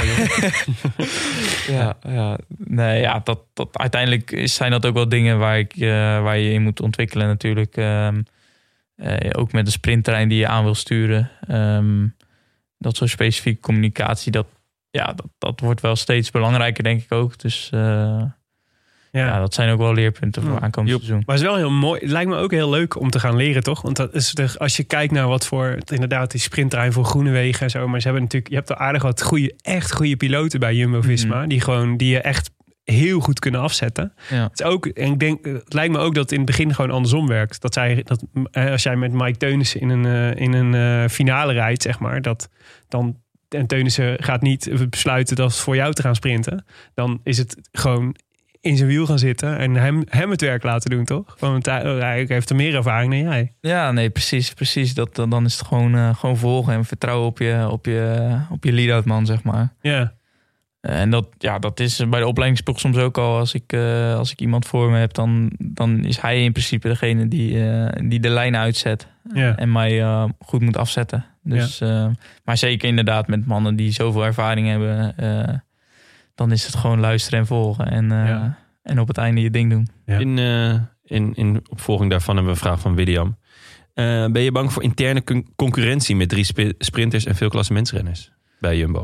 Dat uiteindelijk zijn dat ook wel dingen waar je in moet ontwikkelen natuurlijk. Ook met de sprinttrein die je aan wil sturen. Dat soort specifieke communicatie, dat wordt wel steeds belangrijker, denk ik ook. Dus dat zijn ook wel leerpunten voor aankomend seizoen. Maar het is wel heel mooi. Het lijkt me ook heel leuk om te gaan leren, toch? Want dat is als je kijkt naar wat voor, inderdaad, die sprinttrein voor Groenewegen en zo. Maar ze hebben natuurlijk, je hebt al aardig wat echt goede piloten bij Jumbo-Visma. Mm-hmm. Die je echt heel goed kunnen afzetten. Ja. Het is ook, en ik denk, het lijkt me ook dat het in het begin gewoon andersom werkt. Dat als jij met Mike Teunissen in een finale rijdt, zeg maar, en Teunissen gaat niet besluiten dat voor jou te gaan sprinten, dan is het gewoon in zijn wiel gaan zitten en hem het werk laten doen, toch? Want hij heeft er meer ervaring dan jij. Ja, nee, precies. Dan is het gewoon volgen en vertrouwen op je lead-out man, zeg maar. Ja. En dat is bij de opleidingsploeg soms ook al. Als ik iemand voor me heb, dan is hij in principe degene die de lijn uitzet. Ja. En mij goed moet afzetten. Dus, maar zeker inderdaad met mannen die zoveel ervaring hebben, dan is het gewoon luisteren en volgen. En op het einde je ding doen. Ja. In opvolging daarvan hebben we een vraag van William. Ben je bang voor interne concurrentie met 3 sprinters en veel klassementsrenners bij Jumbo?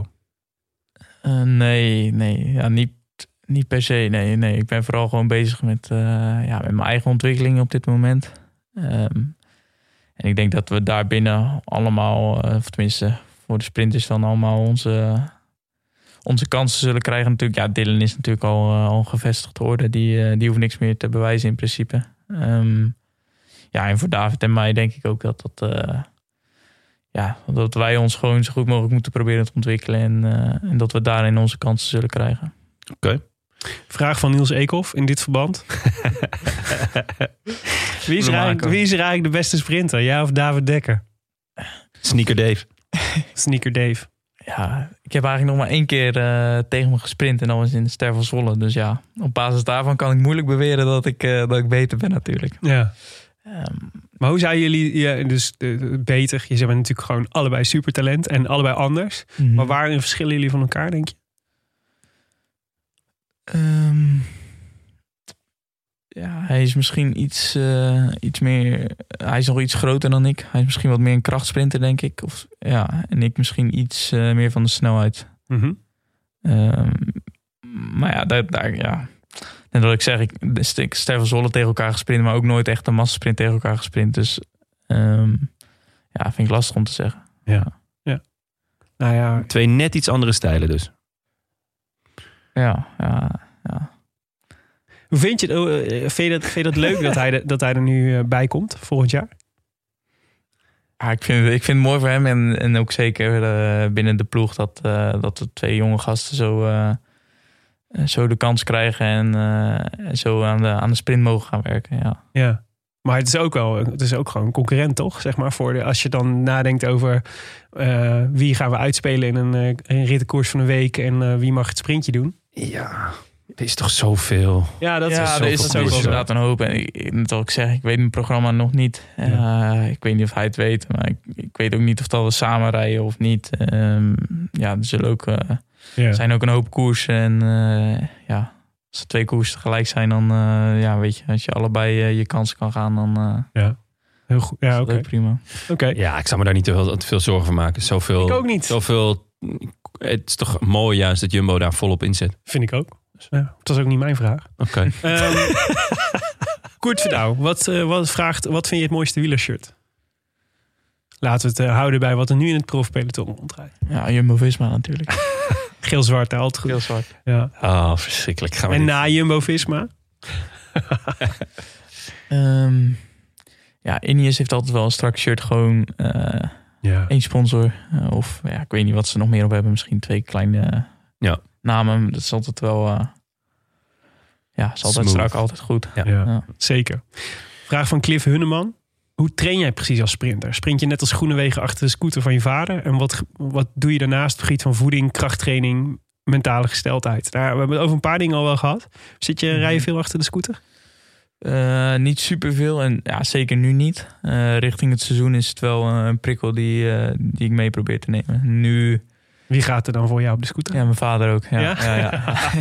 Nee. Ja, niet per se. Nee. Ik ben vooral gewoon bezig met mijn eigen ontwikkeling op dit moment. En ik denk dat we daarbinnen allemaal, of tenminste voor de sprinters dan allemaal onze kansen zullen krijgen. Natuurlijk, ja, Dylan is natuurlijk al gevestigd orde. Die hoeft niks meer te bewijzen in principe. En voor David en mij denk ik ook dat wij ons gewoon zo goed mogelijk moeten proberen te ontwikkelen. En dat we daarin onze kansen zullen krijgen. Oké. Vraag van Niels Eekhoff in dit verband. Wie is er eigenlijk de beste sprinter? Jij of David Dekker? Sneaker Dave. Sneaker Dave. Ja, ik heb eigenlijk nog maar 1 keer tegen me gesprint. En dat was in de Ster van Zwolle. Dus ja, op basis daarvan kan ik moeilijk beweren dat ik beter ben natuurlijk. Ja. Maar hoe zijn jullie beter? Je bent natuurlijk gewoon allebei supertalent en allebei anders. Mm-hmm. Maar waarin verschillen jullie van elkaar, denk je? Hij is misschien iets meer... Hij is nog iets groter dan ik. Hij is misschien wat meer een krachtsprinter, denk ik. En ik misschien iets meer van de snelheid. Mm-hmm. Maar ja, net wat ik zeg, ik Ster van Zwolle tegen elkaar gesprint, maar ook nooit echt een massasprint tegen elkaar gesprint. Dus vind ik lastig om te zeggen. Ja. Nou ja. 2 net iets andere stijlen dus. Ja. Hoe vind je dat leuk dat hij er nu bij komt volgend jaar? Ja, ik vind het mooi voor hem en ook zeker binnen de ploeg dat de 2 jonge gasten zo de kans krijgen en zo aan de sprint mogen gaan werken. Ja. Maar het is ook gewoon een concurrent, toch? Zeg maar, als je dan nadenkt over wie gaan we uitspelen in een rittenkoers van een week en wie mag het sprintje doen. Ja, er is toch zoveel. Ja, dat is er is inderdaad een hoop. En net wat ik zeg, ik weet mijn programma nog niet. Ik weet niet of hij het weet, maar ik weet ook niet of dat we samen rijden of niet. Er zullen ook zijn ook een hoop koersen en als er 2 koersen tegelijk zijn, dan weet je, als je allebei je kansen kan gaan, dan heel goed. Ja, oké. Prima. Okay. Ja, ik zou me daar niet te veel zorgen van maken. Ik ook niet. Het is toch mooi juist dat Jumbo daar volop inzet. Vind ik ook. Ja, dat is ook niet mijn vraag. Oké. Koert Verdouw, wat vind je het mooiste wielershirt? Laten we het houden bij wat er nu in het profpeloton rondrijdt. Ja, Jumbo-Visma natuurlijk. Geel-zwart, altijd goed. Geel-zwart. Ja. Oh, verschrikkelijk. En na Jumbo-Visma? Ineos heeft altijd wel een strak shirt. Gewoon 1 sponsor. Ik weet niet wat ze nog meer op hebben. Misschien 2 kleine namen. Dat is altijd wel... is altijd strak, altijd goed. Ja. Zeker. Vraag van Cliff Hunneman. Hoe train jij precies als sprinter? Sprint je net als Groenewegen achter de scooter van je vader? En wat doe je daarnaast op het gebied van voeding, krachttraining, mentale gesteldheid? We hebben het over een paar dingen al wel gehad. Rij je veel achter de scooter? Niet superveel en zeker nu niet. Richting het seizoen is het wel een prikkel die ik mee probeer te nemen. Nu... Wie gaat er dan voor jou op de scooter? Ja, mijn vader ook. Ja.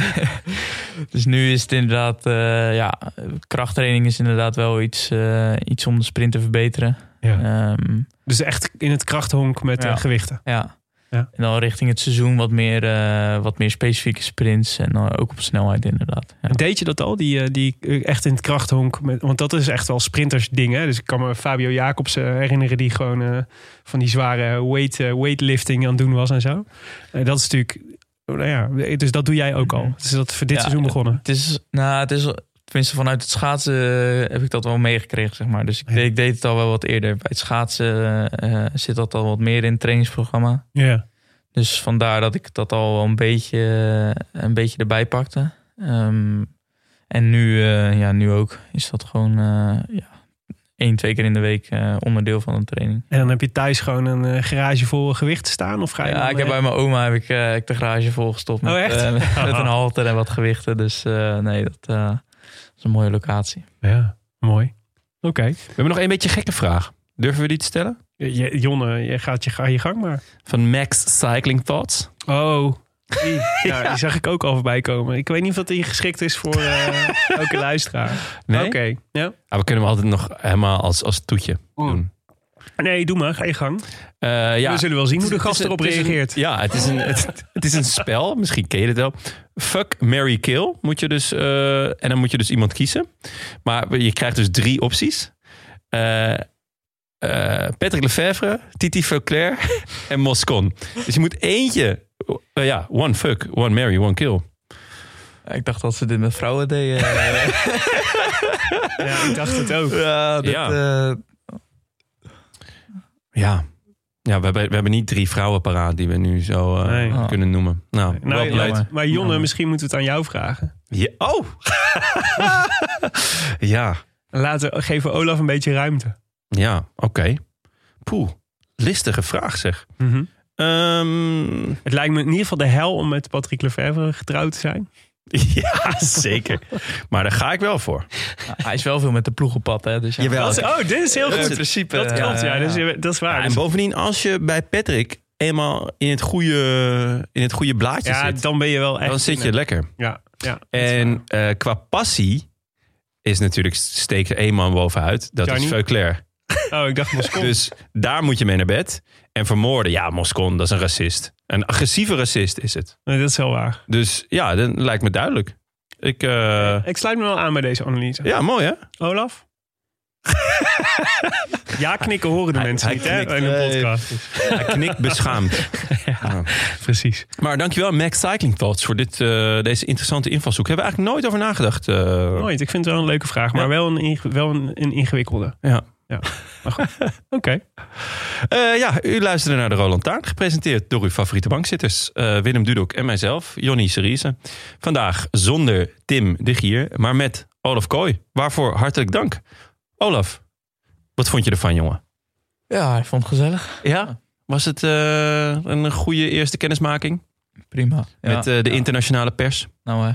Dus nu is het inderdaad... krachttraining is inderdaad wel iets om de sprint te verbeteren. Ja. Dus echt in het krachthonk met gewichten? Ja. En dan richting het seizoen wat meer specifieke sprints. En dan ook op snelheid inderdaad. Ja. Deed je dat al? Die echt in het krachthonk? Want dat is echt wel sprinters dingen. Dus ik kan me Fabio Jacobsen herinneren die gewoon van die zware weightlifting aan het doen was en zo. Dat is natuurlijk... dus dat doe jij ook al. Dus dat voor dit seizoen begonnen? Het is tenminste vanuit het schaatsen heb ik dat wel meegekregen, zeg maar. Dus ik deed het al wel wat eerder. Bij het schaatsen zit dat al wat meer in het trainingsprogramma. Ja. Dus vandaar dat ik dat al een beetje erbij pakte. En nu ook is dat gewoon 1-2 keer in de week onderdeel van de training. En dan heb je thuis gewoon een garage vol gewicht staan? Of ga je ik heb bij mijn oma ik de garage volgestopt met een halter en wat gewichten. Dus dat is een mooie locatie. Ja, mooi. Oké. We hebben nog een beetje gekke vraag. Durven we die te stellen? Jonne, je gaat je gang maar. Van Max Cycling Thoughts. Oh, die zag ik ook al voorbij komen. Ik weet niet of dat die geschikt is voor elke luisteraar. Nee? Oké. Ja. We kunnen hem altijd nog helemaal als toetje doen. Nee, doe maar. Ga je gang. We zullen wel zien hoe de gast erop reageert. Het is een spel. Misschien ken je het wel. Fuck, marry, kill. Moet je dus, en dan moet je dus iemand kiezen. Maar je krijgt dus 3 opties. Patrick Lefevre, Titi Veuclair en Moscon. Dus je moet eentje... one fuck, one marry, one kill. Ik dacht dat ze dit met vrouwen deden. Ja, ik dacht het ook. Ja, we hebben niet 3 vrouwen paraat die we nu zo kunnen noemen. Nou, maar Jonne, misschien moeten we het aan jou vragen. Ja, oh! Ja. Geven Olaf een beetje ruimte. Ja, oké. Poeh, listige vraag zeg. Mm-hmm. Het lijkt me in ieder geval de hel om met Patrick Lefevre getrouwd te zijn. Ja, zeker. Maar daar ga ik wel voor. Hij is wel veel met de ploeg op pad, hè? Dus Jawel. Dit is heel goed. In principe. Dat klopt, dat is waar. Ja, en bovendien, als je bij Patrick eenmaal in het goede blaadje zit... dan ben je wel echt... Dan zit je lekker. Ja, en qua passie is natuurlijk steekt er 1 man bovenuit. Dat Gianni? is Veuclair. Oh, ik dacht Moscon. Dus daar moet je mee naar bed. En vermoorden, ja, Moscon, dat is een racist. Een agressieve racist is het. Nee, dat is wel waar. Dus ja, dat lijkt me duidelijk. Ik sluit me wel aan bij deze analyse. Ja, mooi hè? Olaf? Ja, knikken horen de mensen niet, hè? In een podcast. Hij knikt beschaamd. Ja, precies. Maar dankjewel, Max Cycling Thoughts, voor deze interessante invalshoek. Hebben we eigenlijk nooit over nagedacht. Nooit, ik vind het wel een leuke vraag, maar wel een ingewikkelde. Ja. Maar goed. Oké. U luisterde naar de Roland Taarn, gepresenteerd door uw favoriete bankzitters. Willem Dudok en mijzelf, Jonny Seriese. Vandaag zonder Tim de Gier, maar met Olaf Kooi. Waarvoor hartelijk dank. Olaf, wat vond je ervan, jongen? Ja, ik vond het gezellig. Ja? Was het een goede eerste kennismaking? Prima. Met de internationale pers. Nou,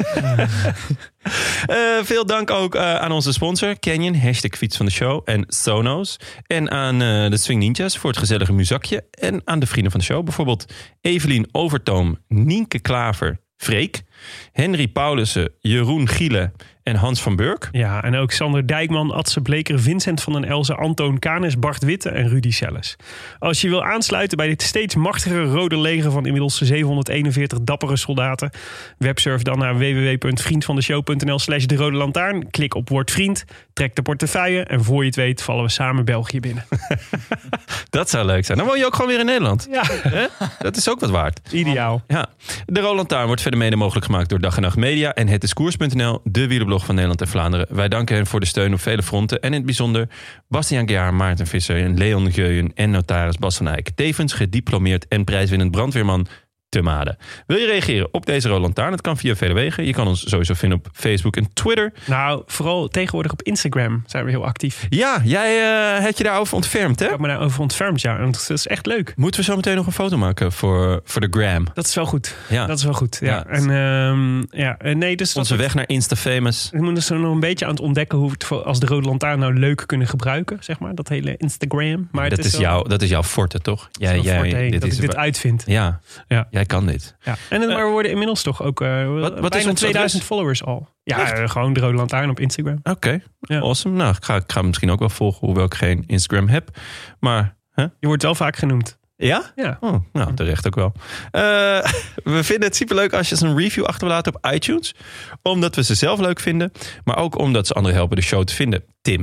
veel dank ook aan onze sponsor Canyon, #fiets van de show en Sonos. En aan de Swing Ninjas voor het gezellige muzakje. En aan de vrienden van de show, bijvoorbeeld Evelien Overtoom, Nienke Klaver, Freek, Henry Paulussen, Jeroen Giele en Hans van Burk. Ja, en ook Sander Dijkman, Adse Bleker, Vincent van den Elzen, Antoon Kanis, Bart Witte en Rudy Selles. Als je wil aansluiten bij dit steeds machtigere rode leger van inmiddels 741 dappere soldaten, websurf dan naar www.vriendvandeshow.nl/de Rode Lantaarn. Klik op Word Vriend, trek de portefeuille en voor je het weet vallen we samen België binnen. Dat zou leuk zijn. Dan woon je ook gewoon weer in Nederland. Ja. Dat is ook wat waard. Ideaal. Ja. De Rode Lantaarn wordt verder mede mogelijk gemaakt door Dag en Nacht Media en hetiskoers.nl, de wielerblog van Nederland en Vlaanderen. Wij danken hen voor de steun op vele fronten en in het bijzonder Bastiaan Gejaar, Maarten Visser en Leon Geuyen en notaris Bas van Eyck. Tevens gediplomeerd en prijswinnend brandweerman te Maden. Wil je reageren op deze Rode Lantaarn? Dat kan via vele wegen. Je kan ons sowieso vinden op Facebook en Twitter. Nou, vooral tegenwoordig op Instagram zijn we heel actief. Ja, jij hebt je daarover ontfermd, hè? Ik heb me daarover ontfermd, ja. En dat is echt leuk. Moeten we zo meteen nog een foto maken voor de gram? Dat is wel goed. Ja. Dat is wel goed, ja. En dus onze weg naar Insta-famous. We moeten zo nog een beetje aan het ontdekken hoe we het als de Rode Lantaarn nou leuk kunnen gebruiken, zeg maar. Dat hele Instagram. Maar dat is jouw forte, toch? Dit uitvind. Ja. Jij kan dit. Ja. En maar we worden inmiddels toch ook wat bijna 2000 followers al. Ja, gewoon de Rode Lantaarn op Instagram. Oké, awesome. Nou, ik ga misschien ook wel volgen, hoewel ik geen Instagram heb. Maar je wordt wel vaak genoemd. Ja? Ja. Oh, nou, terecht ook wel. We vinden het superleuk als je eens een review achterlaat op iTunes. Omdat we ze zelf leuk vinden. Maar ook omdat ze anderen helpen de show te vinden. Tim.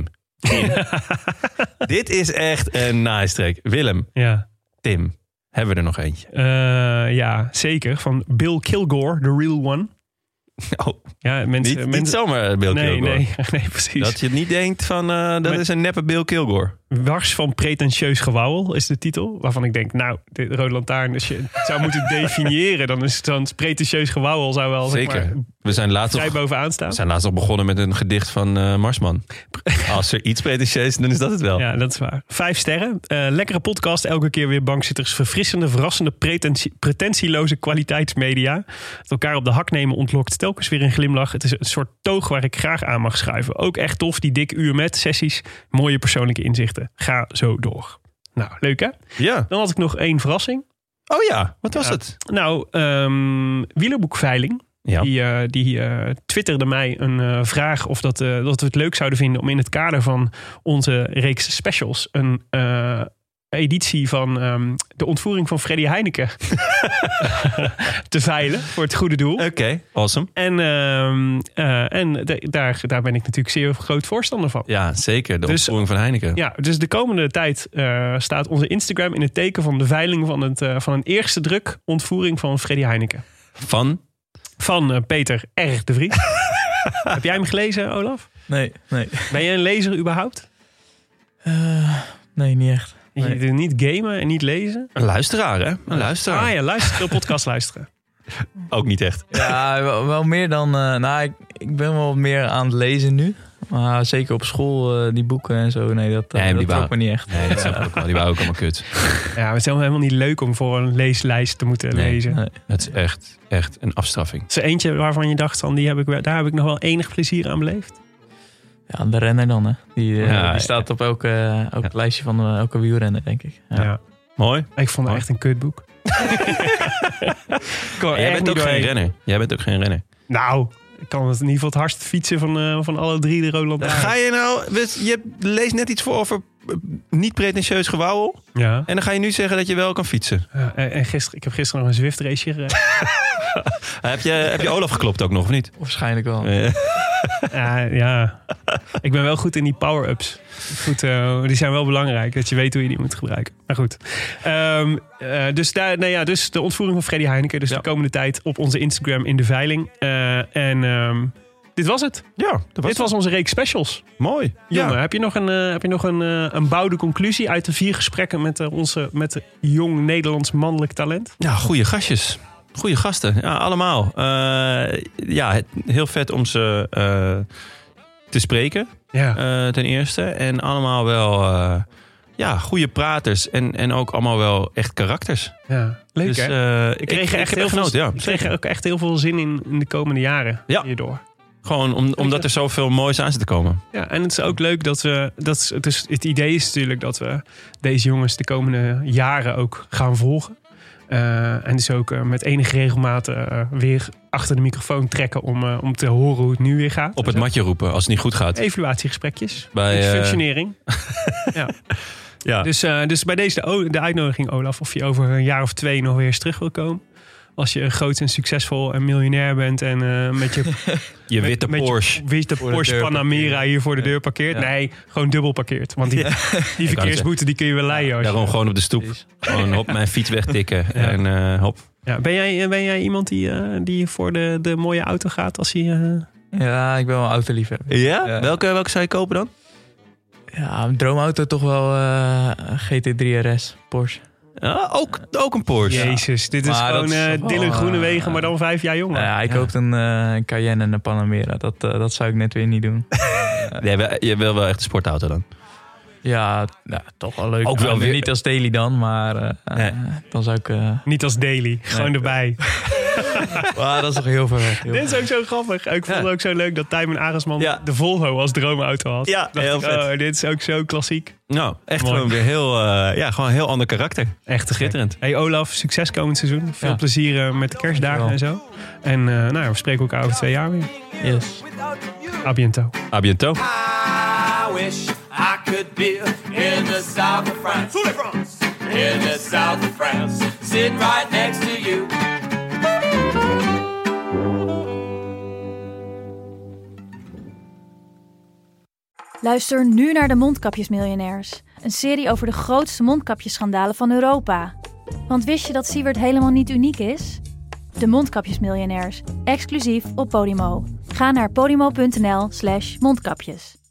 Dit is echt een nice track. Willem. Ja. Tim. Hebben we er nog eentje? Ja, zeker. Van Bill Kilgore, The Real One. Oh, ja, niet zomaar Bill Kilgore. Nee, precies. Dat je niet denkt van, dat is een neppe Bill Kilgore. Wars van pretentieus gewauwel is de titel. Waarvan ik denk, nou, de Rode Lantaarn, als je het zou moeten definiëren, dan is het dan pretentieus gewauwel zou wel zeker. Zeg maar, we zijn laatst bovenaan staan. We zijn laatst al begonnen met een gedicht van Marsman. Als er iets pretentieus is, dan is dat het wel. Ja, dat is waar. 5 sterren. Lekkere podcast. Elke keer weer bankzitters. Verfrissende, verrassende, pretentieloze kwaliteitsmedia. Het elkaar op de hak nemen ontlokt telkens weer een glimlach. Het is een soort toog waar ik graag aan mag schuiven. Ook echt tof, die dikke uur met sessies. Mooie persoonlijke inzichten. Ga zo door. Nou, leuk hè? Ja. Dan had ik nog 1 verrassing. Oh ja, wat was het? Nou, Wielerboekveiling. Ja. Die twitterde mij een vraag of dat we het leuk zouden vinden om in het kader van onze reeks specials een editie van de ontvoering van Freddy Heineken te veilen voor het goede doel. Oké, awesome. En daar ben ik natuurlijk zeer groot voorstander van. Ja, zeker. De ontvoering van Heineken. Ja, dus de komende tijd staat onze Instagram in het teken van de veiling van een eerste druk ontvoering van Freddy Heineken. Van Peter R. de Vries. Heb jij hem gelezen, Olaf? Nee. Ben jij een lezer überhaupt? Nee, niet echt. Nee. Je niet gamen en niet lezen? Een luisteraar, hè? Een luisteraar. Ah ja, luisteren, podcast luisteren. Ook niet echt. Ja, wel meer dan... ik ben wel meer aan het lezen nu. Maar zeker op school, die boeken en zo. Nee, dat trok me niet echt. Nee, dat snap ik ook wel. Die waren ook allemaal kut. Ja, het is helemaal niet leuk om voor een leeslijst te moeten lezen. Nee. Het is echt een afstraffing. Is er eentje waarvan je dacht, daar heb ik nog wel enig plezier aan beleefd? Ja, de renner dan, hè. Die staat op elk lijstje van elke wielrenner, denk ik. Ja. Mooi. Ik vond het echt een kutboek. Jij bent ook geen renner. Nou, ik kan het in ieder geval het hardst fietsen van alle 3 de Roland. Ga je nou... Je leest net iets voor over niet pretentieus gewauwel. Ja. En dan ga je nu zeggen dat je wel kan fietsen. En ik heb gisteren nog een Zwift race gereden. Heb je Olaf geklopt ook nog, of niet? Waarschijnlijk wel. Ja. Ik ben wel goed in die power-ups. Goed, die zijn wel belangrijk. Dat je weet hoe je die moet gebruiken. Maar goed. Dus de ontvoering van Freddy Heineken. Dus de komende tijd op onze Instagram in de veiling. Dit was het. Ja, dit was onze reeks specials. Mooi. Jongen, ja. heb je nog een bouwde conclusie uit de 4 gesprekken met jong Nederlands mannelijk talent? Ja, goede gastjes. Goede gasten. Ja, allemaal. Heel vet om ze te spreken. Ja. Ten eerste. En allemaal wel goede praters. En ook allemaal wel echt karakters. Ja. Leuk, dus, hè? Ik kreeg ook echt heel veel zin in de komende jaren hierdoor. Gewoon omdat er zoveel moois aan zit te komen. Ja, en het is ook leuk het idee is natuurlijk dat we deze jongens de komende jaren ook gaan volgen. En dus ook met enige regelmaat weer achter de microfoon trekken om te horen hoe het nu weer gaat. Op het matje roepen als het niet goed gaat. Evaluatiegesprekjes. Bij functionering. Ja. Dus bij deze de uitnodiging, Olaf, of je over een jaar of 2 nog weer eens terug wil komen. Als je groot en succesvol en miljonair bent en met je witte Porsche. Witte Porsche Panamera hier voor de deur parkeert. Ja. Nee, gewoon dubbel parkeert. Want die verkeersboete die kun je wel leiden. Daarom gewoon op de stoep. Gewoon op mijn fiets wegtikken. Ja. En hop. Ja, ben jij iemand die voor de mooie auto gaat als hij... Ja, ik ben wel autoliefhebber. Ja? Welke zou je kopen dan? Ja, een droomauto toch wel GT3 RS Porsche. Ja, ook een Porsche. Jezus, dit is gewoon Dylan Groenewegen, maar dan 5 jaar jonger. Ja, ik koop een Cayenne en een Panamera. Dat zou ik net weer niet doen. Je wil wel echt een sportauto dan? Ja, toch wel leuk. Ook wel weer... Niet als daily dan, maar dan zou ik... Niet als daily, gewoon erbij. Dat is toch heel ver weg. Dit is ook zo grappig. Ik vond het ook zo leuk dat Tijmen Arendsman de Volvo als droomauto had. Ja, heel vet. Dit is ook zo klassiek. Nou, echt gewoon weer gewoon een heel ander karakter. Echt schitterend. Hey Olaf, succes komend seizoen. Veel plezier met de kerstdagen en zo. En we spreken elkaar over 2 jaar weer. Yes. A biento. A biento. I wish I could be in the south of France. In the south of France. Sitting right next to you. Luister nu naar de Mondkapjesmiljonairs. Een serie over de grootste mondkapjesschandalen van Europa. Want wist je dat Siewert helemaal niet uniek is? De Mondkapjesmiljonairs, exclusief op Podimo. Ga naar podimo.nl/mondkapjes.